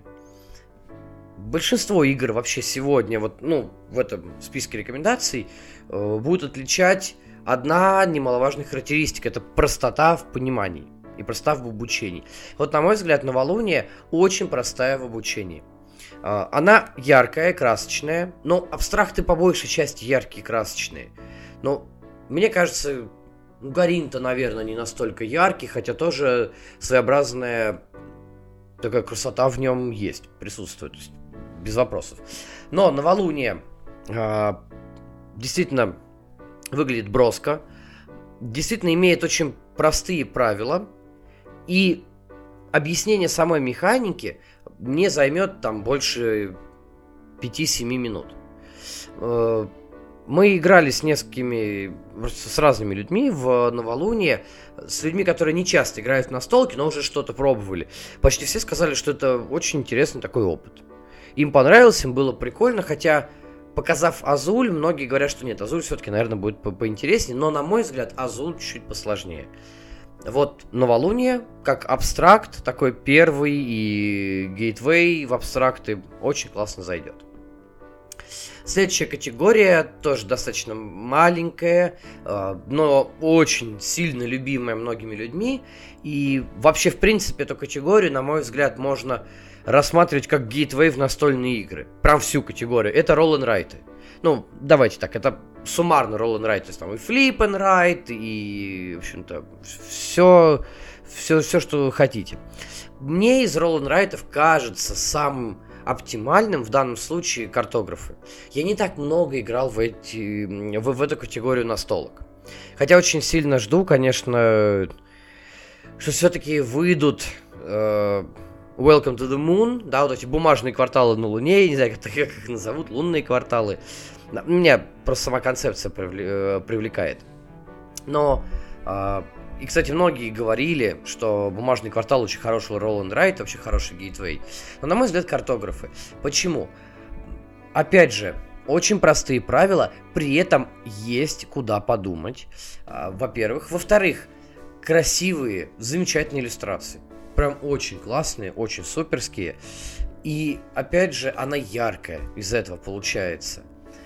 Большинство игр вообще сегодня, вот, ну, в этом списке рекомендаций, будут отличать одна немаловажная характеристика – это простота в понимании и простота в обучении. Вот, на мой взгляд, новолуние очень простая в обучении. Она яркая, красочная, но абстракты по большей части яркие и красочные. Но мне кажется... Гарин-то, наверное, не настолько яркий, хотя тоже своеобразная такая красота в нем есть, присутствует, то есть без вопросов. Но новолуние действительно выглядит броско, действительно имеет очень простые правила, и объяснение самой механики мне займет там больше 5-7 минут. Мы играли с несколькими, с разными людьми в новолуние, с людьми, которые не часто играют в настолки, но уже что-то пробовали. Почти все сказали, что это очень интересный такой опыт. Им понравилось, им было прикольно, хотя, показав Азуль, многие говорят, что нет, Азуль все-таки, наверное, будет поинтереснее, но, на мой взгляд, Азуль чуть-чуть посложнее. Вот новолуние, как абстракт, такой первый, и гейтвей в абстракты очень классно зайдет. Следующая категория, тоже достаточно маленькая, но очень сильно любимая многими людьми. И вообще, в принципе, эту категорию, на мой взгляд, можно рассматривать как гейтвей в настольные игры. Прям всю категорию. Это roll and write. Ну, давайте так, это суммарно roll and write. То есть там и flip and write, и, в общем-то, все, что вы хотите. Мне из roll and write кажется самым оптимальным в данном случае картографы. Я не так много играл в эту категорию настолок. Хотя очень сильно жду, конечно, что все-таки выйдут Welcome to the Moon, да, вот эти бумажные кварталы на Луне, я не знаю, как их назовут, лунные кварталы. Меня просто сама концепция привлекает. Но, и, кстати, многие говорили, что бумажный квартал очень хороший roll and write, вообще хороший гейтвей. Но, на мой взгляд, картографы. Почему? Опять же, очень простые правила, при этом есть куда подумать, во-первых. Во-вторых, красивые, замечательные иллюстрации. Прям очень классные, очень суперские. И, опять же, она яркая из этого получается.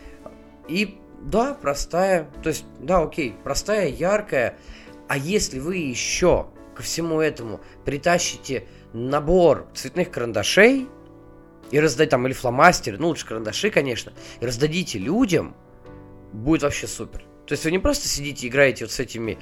И, да, простая, то есть, да, окей, простая, яркая. А если вы еще ко всему этому притащите набор цветных карандашей и раздать там, или фломастеры, ну, лучше карандаши, конечно, и раздадите людям, будет вообще супер. То есть вы не просто сидите и играете вот с этими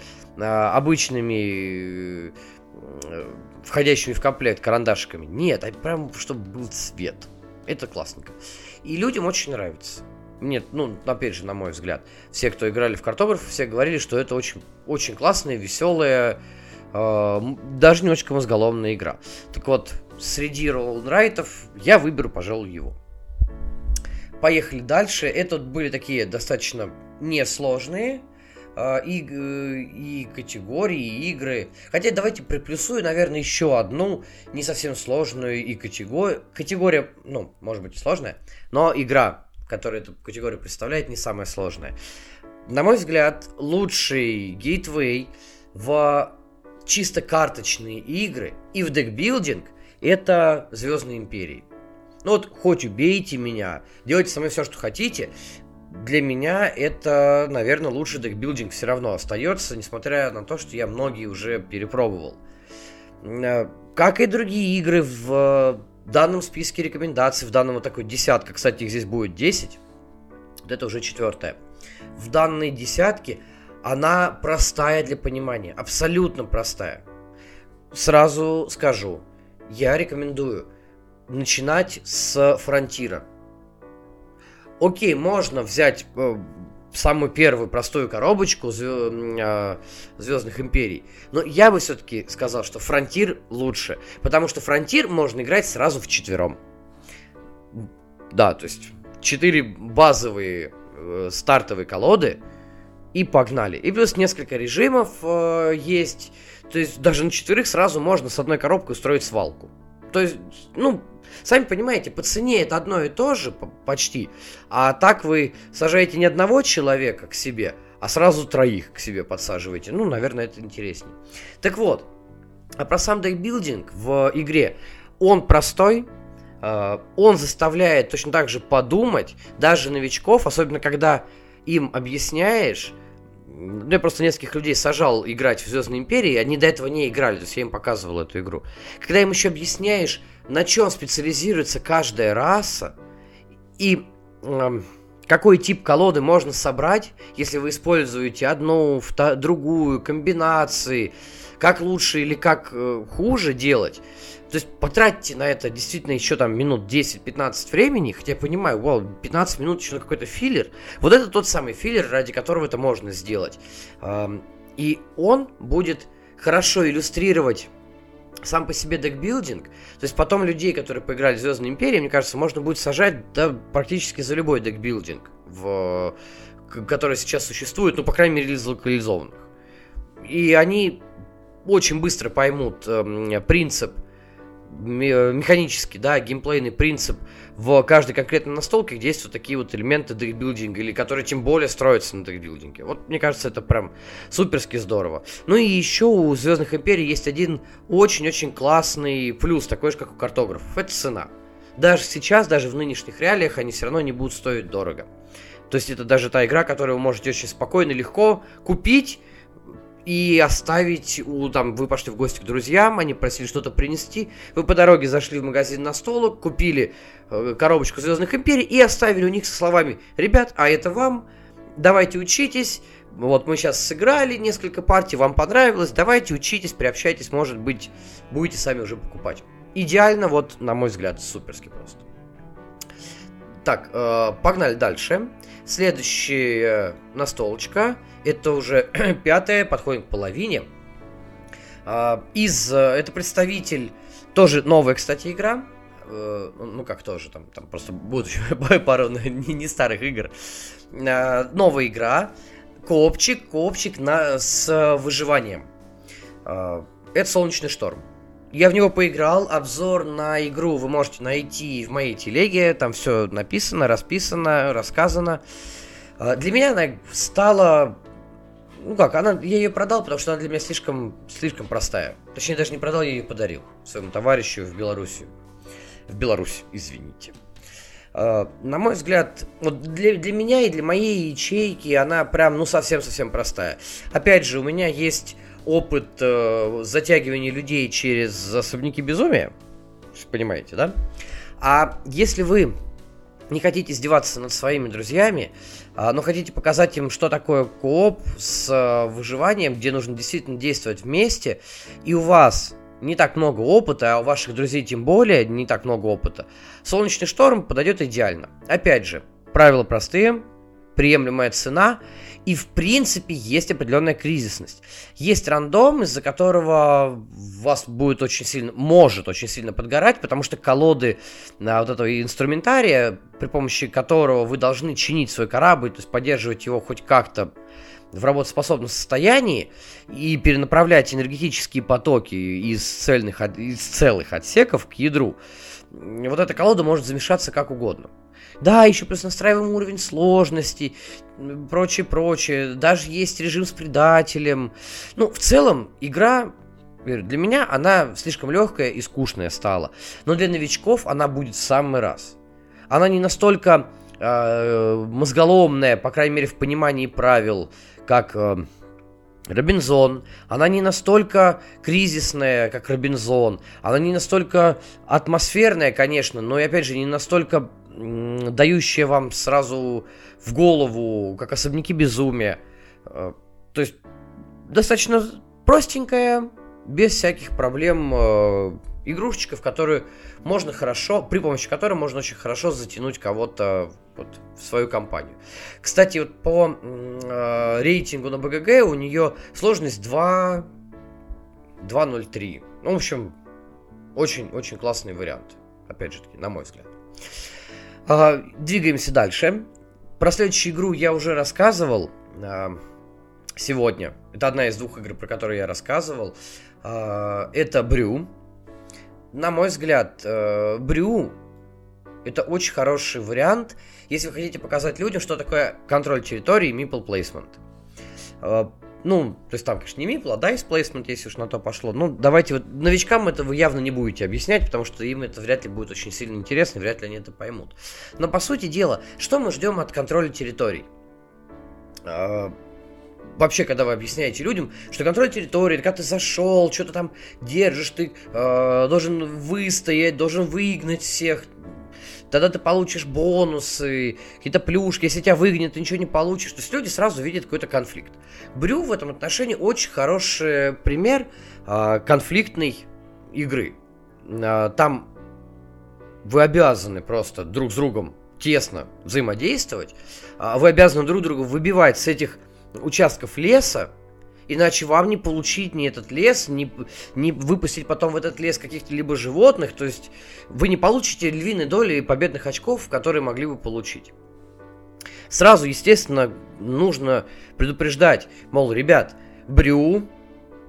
обычными входящими в комплект карандашиками. Нет, а прям чтобы был цвет. Это классненько. И людям очень нравится. Нет, ну, опять же, на мой взгляд, все, кто играли в картограф, все говорили, что это очень, очень классная, веселая, даже немножечко мозголомная игра. Так вот, среди ролл-н-райтов я выберу, пожалуй, его. Поехали дальше. Это были такие достаточно несложные и категории, и игры. Хотя давайте приплюсую, наверное, еще одну не совсем сложную и категорию. Категория, ну, может быть, сложная, но игра, которая эту категорию представляет, не самая сложная. На мой взгляд, лучший гейтвей в чисто карточные игры и в декбилдинг — это Звездные Империи. Ну вот, хоть убейте меня, делайте со мной все, что хотите, для меня это, наверное, лучший декбилдинг все равно остается, несмотря на то, что я многие уже перепробовал. Как и другие игры в данном списке рекомендаций, в данном вот такой десятке, кстати, их здесь будет 10, вот это уже 4-я. В данной десятке она простая для понимания, абсолютно простая. Сразу скажу, я рекомендую начинать с Фронтира. Окей, можно взять самую первую простую коробочку Звездных Империй, но я бы все-таки сказал, что Фронтир лучше, потому что Фронтир можно играть сразу вчетвером. Да, то есть 4 базовые стартовые колоды и погнали. И плюс несколько режимов есть, то есть даже на 4 сразу можно с одной коробкой устроить свалку. То есть, ну, сами понимаете, по цене это одно и то же почти, а так вы сажаете не одного человека к себе, а сразу 3 к себе подсаживаете. Ну, наверное, это интереснее. Так вот, а про сам декбилдинг в игре, он простой, он заставляет точно так же подумать, даже новичков, особенно когда им объясняешь. Я просто нескольких людей сажал играть в Звездные Империи, они до этого не играли, то есть я им показывал эту игру. Когда им еще объясняешь, на чем специализируется каждая раса и какой тип колоды можно собрать, если вы используете одну, другую, комбинации, как лучше или как хуже делать. То есть потратьте на это действительно еще там минут 10-15 времени, хотя я понимаю, 15 минут еще на какой-то филлер. Вот это тот самый филлер, ради которого это можно сделать. И он будет хорошо иллюстрировать сам по себе декбилдинг. То есть потом людей, которые поиграли в Звездные Империи, мне кажется, можно будет сажать практически за любой декбилдинг, который сейчас существует, ну, по крайней мере, из локализованных. И они очень быстро поймут принцип механический, да, геймплейный принцип в каждой конкретной настолке, где есть вот такие вот элементы декбилдинга, или которые тем более строятся на декбилдинге. Вот, мне кажется, это прям суперски здорово. Ну и еще у Звездных Империй есть один очень-очень классный плюс, такой же, как у картографов. Это цена. Даже сейчас, даже в нынешних реалиях, они все равно не будут стоить дорого. То есть это даже та игра, которую вы можете очень спокойно, легко купить и оставить, вы пошли в гости к друзьям, они просили что-то принести, вы по дороге зашли в магазин настолок, купили коробочку Звездных Империй и оставили у них со словами: ребят, а это вам, давайте учитесь, вот мы сейчас сыграли несколько партий, вам понравилось, давайте учитесь, приобщайтесь, может быть, будете сами уже покупать. Идеально, вот, на мой взгляд, суперски просто. Так, погнали дальше. Следующая настолочка, это уже 5-я, подходим к половине. Это представитель, тоже новая, кстати, игра. Ну как тоже, там просто будут пару не старых игр. Новая игра, коопчик с выживанием. Это «Солнечный шторм». Я в него поиграл, обзор на игру вы можете найти в моей телеге, там все написано, расписано, рассказано. Для меня она стала... я ее продал, потому что она для меня слишком простая. Точнее, даже не продал, я ее подарил своему товарищу в Беларусь, извините. На мой взгляд, вот для меня и для моей ячейки она прям, совсем-совсем простая. Опять же, у меня есть опыт затягивания людей через особняки безумия, понимаете, да? А если вы не хотите издеваться над своими друзьями, но хотите показать им, что такое кооп с выживанием, где нужно действительно действовать вместе, и у вас не так много опыта, а у ваших друзей тем более не так много опыта, «Солнечный шторм» подойдет идеально. Опять же, правила простые, приемлемая цена, и в принципе есть определенная кризисность. Есть рандом, из-за которого вас может очень сильно подгорать, потому что колоды вот этого инструментария, при помощи которого вы должны чинить свой корабль, то есть поддерживать его хоть как-то в работоспособном состоянии и перенаправлять энергетические потоки из целых отсеков к ядру, вот эта колода может замешаться как угодно. Да, еще плюс настраиваем уровень сложности, прочее. Даже есть режим с предателем. В целом, игра, для меня, она слишком легкая и скучная стала. Но для новичков она будет в самый раз. Она не настолько мозголомная, по крайней мере, в понимании правил, как Робинзон. Она не настолько кризисная, как Робинзон. Она не настолько атмосферная, конечно, но и, опять же, не настолько дающая вам сразу в голову, как особняки безумия. То есть достаточно простенькая, без всяких проблем игрушечка, при помощи которой можно очень хорошо затянуть кого-то в свою компанию. Кстати, вот по рейтингу на БГГ у нее сложность 2.03. В общем, очень-очень классный вариант. Опять же таки, на мой взгляд. Двигаемся дальше. Про следующую игру я уже рассказывал сегодня. Это одна из двух игр, про которые я рассказывал. Это Брю. На мой взгляд, Брю это очень хороший вариант, если вы хотите показать людям, что такое контроль территории и meeple placement. То есть там, конечно, не meeple, а dice placement, если уж на то пошло. Давайте новичкам это вы явно не будете объяснять, потому что им это вряд ли будет очень сильно интересно, вряд ли они это поймут. Но по сути дела, что мы ждем от контроля территорий? Вообще, когда вы объясняете людям, что контроль территории, когда ты зашел, что-то там держишь, ты должен выстоять, должен выгнать всех, тогда ты получишь бонусы, какие-то плюшки, если тебя выгонят, ты ничего не получишь. То есть люди сразу видят какой-то конфликт. Брю в этом отношении очень хороший пример конфликтной игры. Там вы обязаны просто друг с другом тесно взаимодействовать, вы обязаны друг друга выбивать с этих участков леса, иначе вам не получить ни этот лес, не выпустить потом в этот лес каких-то либо животных, то есть вы не получите львиной доли победных очков, которые могли бы получить. Сразу, естественно, нужно предупреждать, мол, ребят, Брю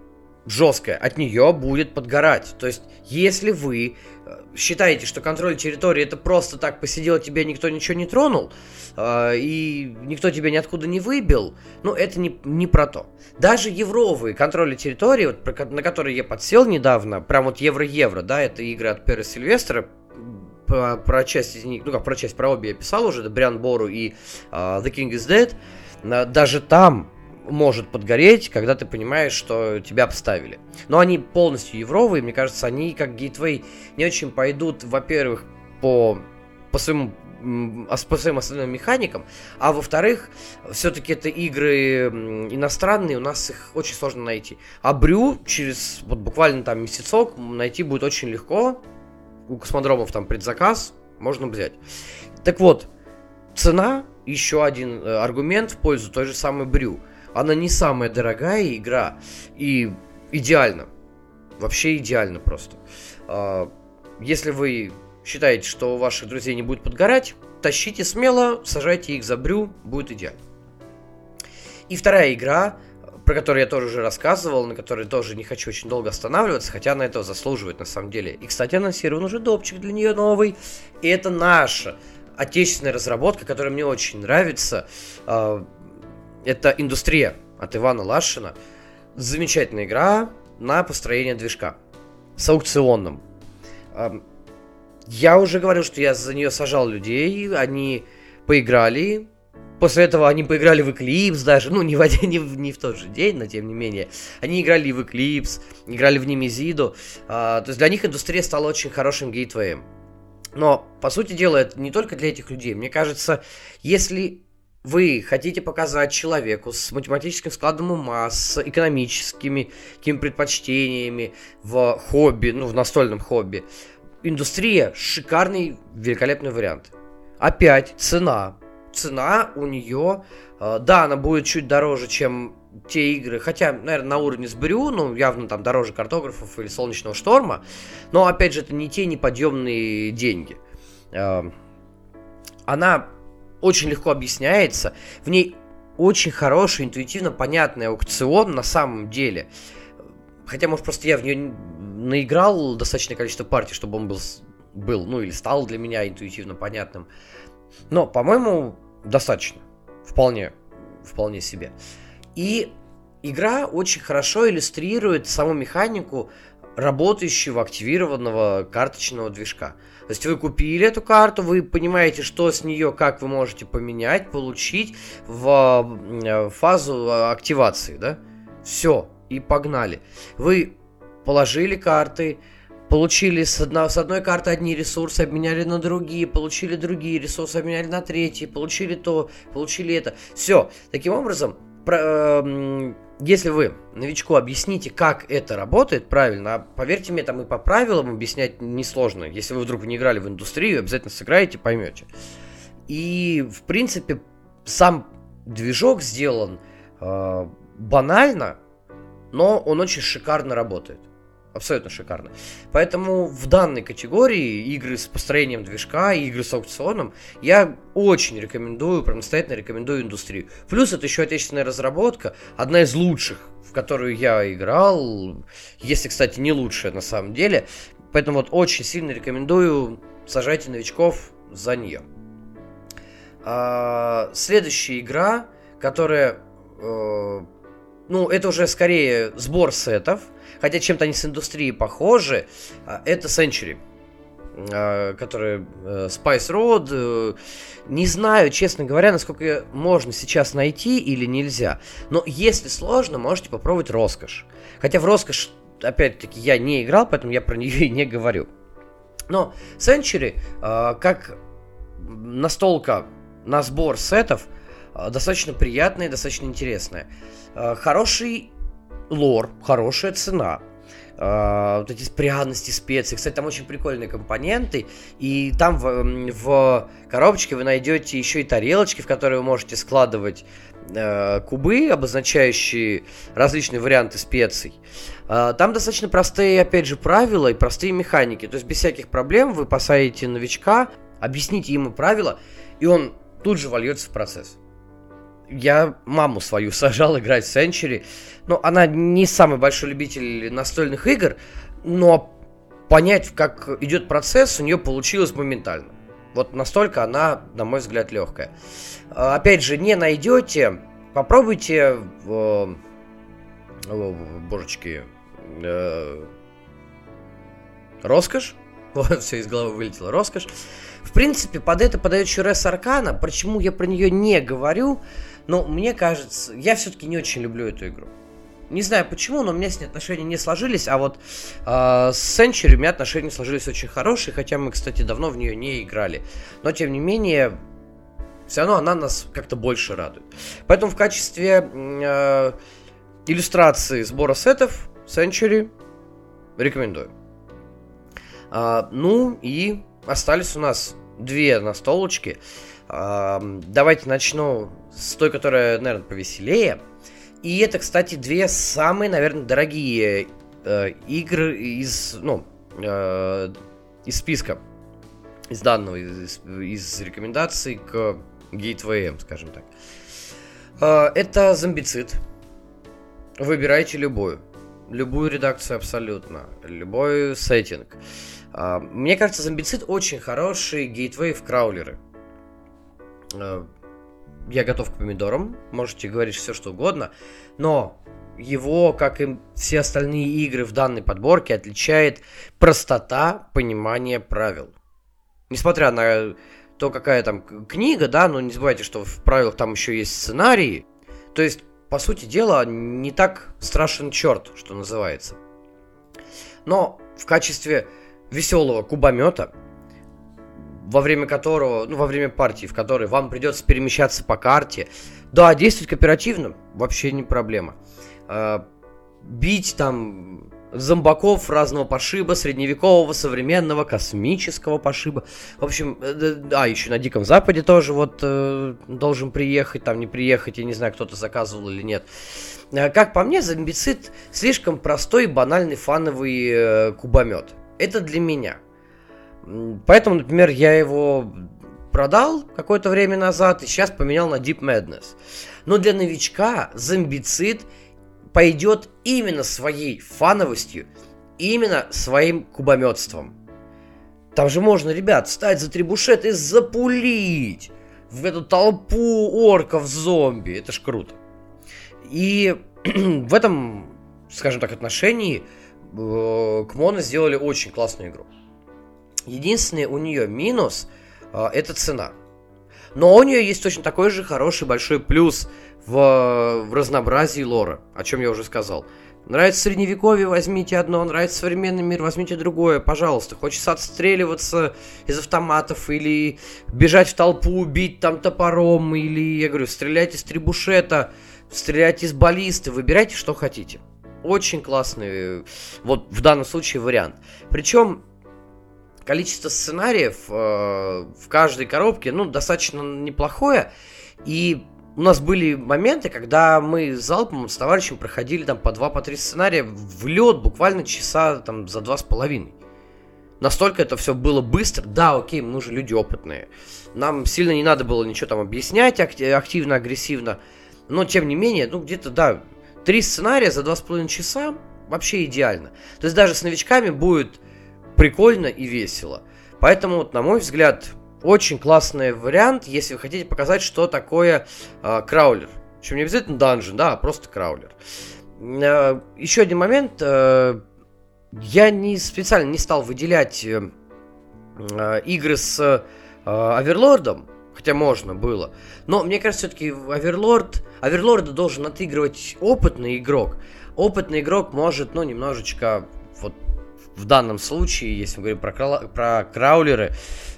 жесткая, от нее будет подгорать. То есть, если вы считаете, что контроль территории это просто так посидел, тебя никто ничего не тронул, и никто тебя ниоткуда не выбил, ну, это не про то. Даже евровые контроли территории, вот, на которые я подсел недавно, прям вот евро-евро, да, это игры от Пера Сильвестра, про часть из них, про обе я писал уже, это Брян Бору и The King is Dead, даже там может подгореть, когда ты понимаешь, что тебя обставили. Но они полностью евровые, мне кажется, они как гейтвей не очень пойдут, во-первых, по своим основным механикам, а во-вторых, все-таки это игры иностранные, у нас их очень сложно найти. А Брю через вот буквально там месяцок найти будет очень легко, у космодромов там предзаказ, можно взять. Так вот, цена, еще один аргумент в пользу той же самой Брю. Она не самая дорогая игра и идеально. Вообще идеально просто. Если вы считаете, что у ваших друзей не будет подгорать, тащите смело, сажайте их за Брю, будет идеально. И вторая игра, про которую я тоже уже рассказывал, на которой тоже не хочу очень долго останавливаться, хотя она этого заслуживает на самом деле. И, кстати, анонсирован уже допчик для нее новый. И это наша отечественная разработка, которая мне очень нравится. Это «Индустрия» от Ивана Лашина. Замечательная игра на построение движка. С аукционным. Я уже говорил, что я за нее сажал людей. Они поиграли. После этого они поиграли в Eclipse даже. Ну, не в тот же день, но тем не менее. Они играли в Eclipse, играли в Немезиду. То есть для них «Индустрия» стала очень хорошим гейтвеем. Но, по сути дела, это не только для этих людей. Мне кажется, если вы хотите показать человеку с математическим складом ума, с экономическими какими предпочтениями в хобби, ну, в настольном хобби, «Индустрия» — шикарный, великолепный вариант. Опять, цена. Цена у нее, да, она будет чуть дороже, чем те игры, хотя, наверное, на уровне с Брю, ну, явно там дороже «Картографов» или «Солнечного шторма», но, опять же, это не те неподъемные деньги. Она очень легко объясняется, в ней очень хороший, интуитивно понятный аукцион на самом деле. Хотя, может, просто я в нее наиграл достаточное количество партий, чтобы он был, ну, или стал для меня интуитивно понятным. Но, по-моему, достаточно. Вполне себе. И игра очень хорошо иллюстрирует саму механику работающего, активированного карточного движка. То есть вы купили эту карту, вы понимаете, что с нее, как вы можете поменять, получить в фазу активации, да? Все, и погнали. Вы положили карты, получили с одной карты одни ресурсы, обменяли на другие, получили другие ресурсы, обменяли на третьи, получили то, получили это. Все, таким образом, если вы новичку объясните, как это работает правильно, а поверьте мне, там и по правилам объяснять несложно. Если вы вдруг не играли в «Индустрию», обязательно сыграете, поймете. И, в принципе, сам движок сделан банально, но он очень шикарно работает. Абсолютно шикарно. Поэтому в данной категории игры с построением движка и игры с аукционом я очень рекомендую, прям настоятельно рекомендую «Индустрию». Плюс это еще отечественная разработка, одна из лучших, в которую я играл, если, кстати, не лучшая на самом деле. Поэтому вот очень сильно рекомендую, сажайте новичков за нее. Следующая игра, которая, ну, это уже скорее сбор сетов, хотя чем-то они с «Индустрией похожи, это Century, который Spice Road. Не знаю, честно говоря, насколько можно сейчас найти или нельзя. Но если сложно, можете попробовать «Роскошь». Хотя в «Роскошь», опять-таки, я не играл, поэтому я про нее и не говорю. Но Century, как настолка на сбор сетов, достаточно приятная и достаточно интересная. Хороший лор, хорошая цена. Вот эти пряности, специи. Кстати, там очень прикольные компоненты. И там в коробочке вы найдете еще и тарелочки, в которые вы можете складывать кубы, обозначающие различные варианты специй. Там достаточно простые, опять же, правила и простые механики. То есть без всяких проблем вы посадите новичка, объясните ему правила, и он тут же вольется в процесс. я маму свою сажал играть в Century. Ну, она не самый большой любитель настольных игр, но понять, как идет процесс, у нее получилось моментально. Вот настолько она, на мой взгляд, легкая. Опять же, не найдете, попробуйте, божечки, Роскошь. Вот, все из головы вылетело. Роскошь. В принципе, под это подает Чурес Аркана. Почему я про нее не говорю? Но мне кажется, я все-таки не очень люблю эту игру. Не знаю почему, но у меня с ней отношения не сложились. А вот с Century у меня отношения сложились очень хорошие. Хотя мы, кстати, давно в нее не играли. Но, тем не менее, все равно она нас как-то больше радует. Поэтому в качестве иллюстрации сбора сетов Century рекомендую. Ну и остались у нас две настолочки. Давайте начну с той, которая, наверное, повеселее. И это, кстати, две самые, наверное, дорогие игры из списка, из данного, из рекомендаций к Gateway, скажем так. Это Зомбицид. Выбирайте любую редакцию абсолютно, любой сеттинг. Мне кажется, Зомбицид очень хороший гейтвей в краулеры. Я готов к помидорам, можете говорить все, что угодно, но его, как и все остальные игры в данной подборке, отличает простота понимания правил. Несмотря на то, какая там книга, да, но не забывайте, что в правилах там еще есть сценарии. То есть, по сути дела, не так страшен черт, что называется. Но в качестве веселого кубомета, во время партии, в которой вам придется перемещаться по карте, да, действовать кооперативно, вообще не проблема. Бить там зомбаков разного пошиба, средневекового, современного, космического пошиба. В общем, еще на Диком Западе тоже вот должен приехать, там не приехать, я не знаю, кто-то заказывал или нет. Как по мне, Зомбицид слишком простой, банальный, фановый кубомет. Это для меня. Поэтому, например, я его продал какое-то время назад и сейчас поменял на Deep Madness. Но для новичка Зомбицид пойдет именно своей фановостью, именно своим кубометством. Там же можно, ребят, встать за трибушет и запулить в эту толпу орков-зомби. Это ж круто. И в этом, скажем так, отношении к Моно сделали очень классную игру. Единственный у нее минус это цена. Но у нее есть точно такой же хороший большой плюс в разнообразии лора, о чем я уже сказал. Нравится средневековье, возьмите одно, нравится современный мир, возьмите другое, пожалуйста. Хочется отстреливаться из автоматов или бежать в толпу, бить там топором, или, я говорю, стрелять из трибушета, стрелять из баллисты, выбирайте, что хотите. Очень классный, вот в данном случае, вариант. Причем количество сценариев в каждой коробке, достаточно неплохое. И у нас были моменты, когда мы с залпом, с товарищем проходили там по 2-3 сценария в лед буквально часа там за 2,5. Настолько это все было быстро. Да, окей, мы уже люди опытные. Нам сильно не надо было ничего там объяснять активно, агрессивно. Но тем не менее, где-то, да, 3 сценария за 2,5 часа вообще идеально. То есть даже с новичками будет прикольно и весело. Поэтому, вот, на мой взгляд, очень классный вариант, если вы хотите показать, что такое краулер. Причем не обязательно данжен, да, а просто краулер. Еще один момент. Я специально не стал выделять игры с Оверлордом, хотя можно было. Но мне кажется, все-таки Оверлорда должен отыгрывать опытный игрок. Опытный игрок может, немножечко, вот в данном случае, если мы говорим про краулеры,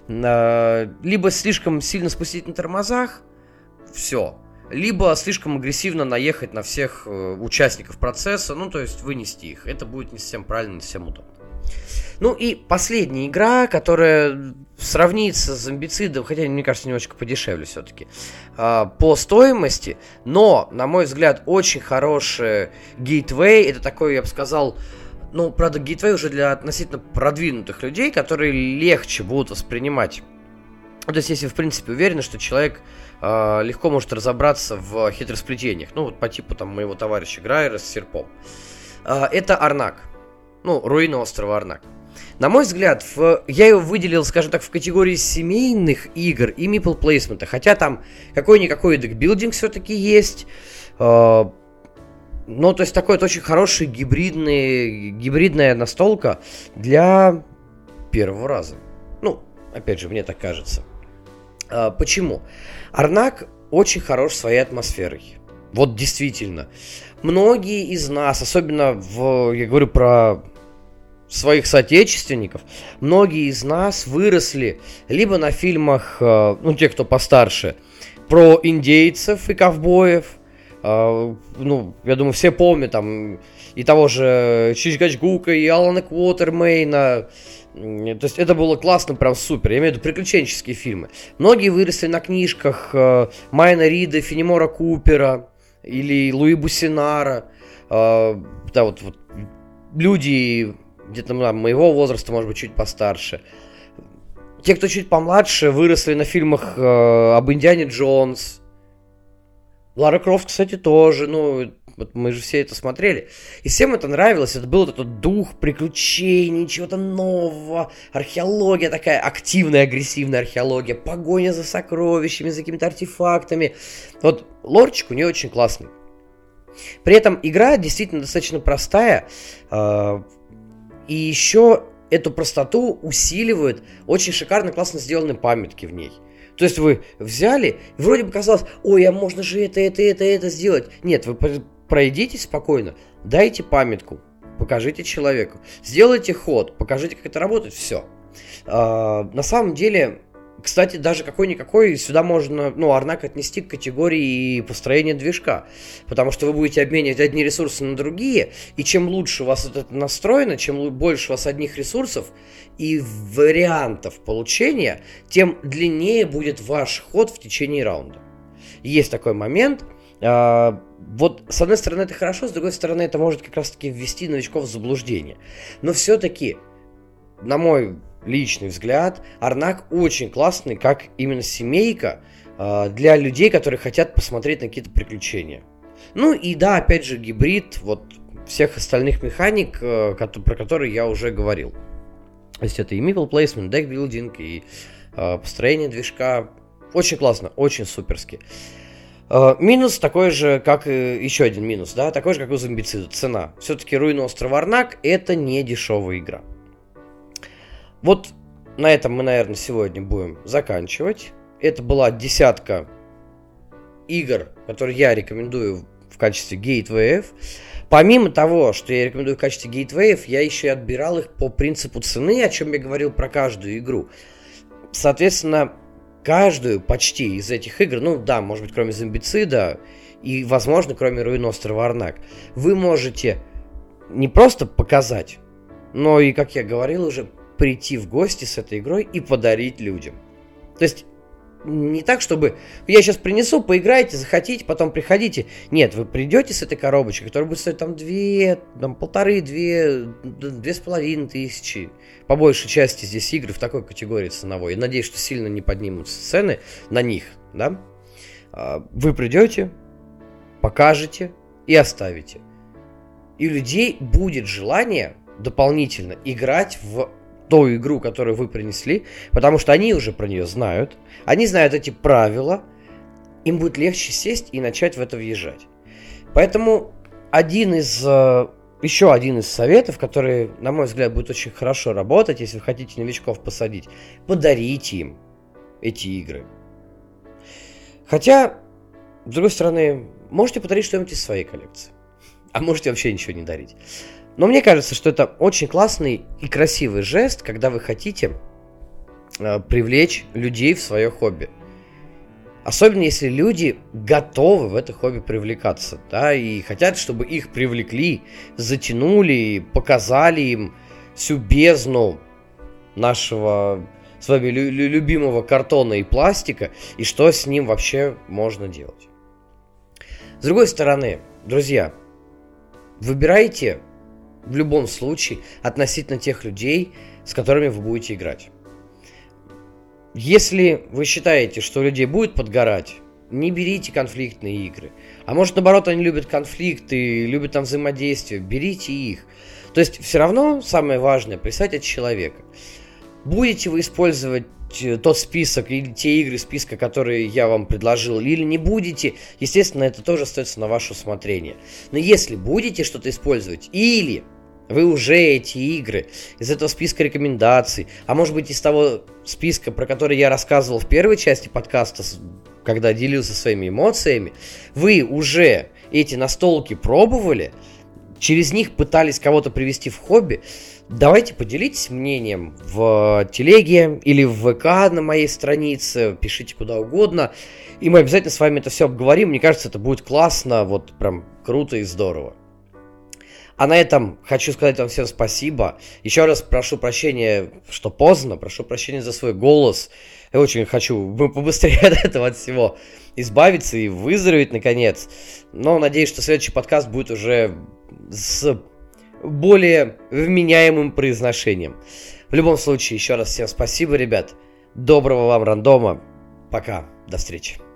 либо слишком сильно спустить на тормозах, все, либо слишком агрессивно наехать на всех участников процесса, то есть вынести их. Это будет не совсем правильно, не совсем удобно. И последняя игра, которая сравнится с Зомбицидом, хотя, мне кажется, немножечко подешевле все-таки, по стоимости, но, на мой взгляд, очень хороший гейтвей. Это такой, я бы сказал, правда, гейтвей уже для относительно продвинутых людей, которые легче будут воспринимать То есть, если вы, в принципе, уверены, что человек легко может разобраться в хитросплетениях, ну, вот по типу там моего товарища Грайера с серпом. Это Арнак. Ну, руины острова Арнак. На мой взгляд, я его выделил, скажем так, в категории семейных игр и meeple плейсмента. Хотя там какой-никакой декбилдинг все-таки есть. Ну, то есть, такой вот очень хороший гибридная настолка для первого раза. Ну, опять же, мне так кажется. Почему? Арнак очень хорош своей атмосферой. Вот действительно. Многие из нас, особенно я говорю про своих соотечественников, многие из нас выросли либо на фильмах, ну, те, кто постарше, про индейцев и ковбоев. Ну, я думаю, все помнят там и того же Чичгачгука, и Алана Квотермейна. То есть это было классно, прям супер. Я имею в виду приключенческие фильмы. Многие выросли на книжках Майна Рида, Фенемора Купера или Луи Буссинара. Да, вот люди где-то моего возраста, может быть, чуть постарше. Те, кто чуть помладше, выросли на фильмах об Индиане Джонс. Лара Крофт, кстати, тоже. Ну, вот мы же все это смотрели. И всем это нравилось. Это был этот дух приключений, чего-то нового. Археология такая, активная, агрессивная археология. Погоня за сокровищами, за какими-то артефактами. Вот лорчик у нее очень классный. При этом игра действительно достаточно простая. И еще эту простоту усиливают очень шикарно, классно сделанные памятки в ней. То есть вы взяли, и вроде бы казалось, ой, а можно же это сделать. Нет, вы пройдитесь спокойно, дайте памятку, покажите человеку, сделайте ход, покажите, как это работает, все. На самом деле, кстати, даже какой-никакой сюда можно, ну, Арнак отнести к категории построения движка, потому что вы будете обменивать одни ресурсы на другие, и чем лучше у вас это настроено, чем больше у вас одних ресурсов и вариантов получения, тем длиннее будет ваш ход в течение раунда. Есть такой момент. Вот, с одной стороны, это хорошо, с другой стороны, это может как раз-таки ввести новичков в заблуждение. Но все-таки, на мой личный взгляд, Арнак очень классный, как именно семейка для людей, которые хотят посмотреть на какие-то приключения. Ну и да, опять же, гибрид вот всех остальных механик, про которые я уже говорил. То есть это и meeple placement, декбилдинг, и построение движка. Очень классно, очень суперски. Минус такой же, как и еще один минус, да, такой же, как у зомбицида, цена. Все-таки руины острова Арнак это не дешевая игра. Вот на этом мы, наверное, сегодня будем заканчивать. Это была десятка игр, которые я рекомендую в качестве гейтвеев. Помимо того, что я рекомендую в качестве гейтвеев, я еще и отбирал их по принципу цены, о чем я говорил про каждую игру. Соответственно, каждую почти из этих игр, ну да, может быть, кроме зомбицида и, возможно, кроме руин острова Арнак, вы можете не просто показать, но и, как я говорил уже, прийти в гости с этой игрой и подарить людям. То есть не так, чтобы я сейчас принесу, поиграйте, захотите, потом приходите. Нет, вы придете с этой коробочкой, которая будет стоить там 2,5 тысячи. По большей части здесь игры в такой категории ценовой. Я надеюсь, что сильно не поднимутся цены на них, да? Вы придете, покажете и оставите. И у людей будет желание дополнительно играть в ту игру, которую вы принесли, потому что они уже про нее знают, они знают эти правила, им будет легче сесть и начать в это въезжать. Поэтому еще один из советов, который, на мой взгляд, будет очень хорошо работать, если вы хотите новичков посадить, подарите им эти игры. Хотя, с другой стороны, можете подарить что-нибудь из своей коллекции, а можете вообще ничего не дарить. Но мне кажется, что это очень классный и красивый жест, когда вы хотите привлечь людей в свое хобби. Особенно если люди готовы в это хобби привлекаться, да, и хотят, чтобы их привлекли, затянули, показали им всю бездну нашего с вами любимого картона и пластика, и что с ним вообще можно делать. С другой стороны, друзья, выбирайте в любом случае относительно тех людей, с которыми вы будете играть. Если вы считаете, что у людей будет подгорать, не берите конфликтные игры. А может, наоборот, они любят конфликты, любят там взаимодействие, берите их. То есть, все равно самое важное – представить от человека. Будете вы использовать тот список или те игры списка, которые я вам предложил, или не будете, естественно, это тоже остается на ваше усмотрение. Но если будете что-то использовать, или вы уже эти игры из этого списка рекомендаций, а может быть из того списка, про который я рассказывал в первой части подкаста, когда делился своими эмоциями, вы уже эти настолки пробовали, через них пытались кого-то привести в хобби, давайте поделитесь мнением в телеге или в ВК на моей странице, пишите куда угодно, и мы обязательно с вами это все обговорим. Мне кажется, это будет классно, вот прям круто и здорово. А на этом хочу сказать вам всем спасибо. Еще раз прошу прощения, что поздно, прошу прощения за свой голос. Я очень хочу побыстрее от этого от всего избавиться и выздороветь наконец. Но надеюсь, что следующий подкаст будет уже с более вменяемым произношением. В любом случае, еще раз всем спасибо, ребят. Доброго вам рандома. Пока. До встречи.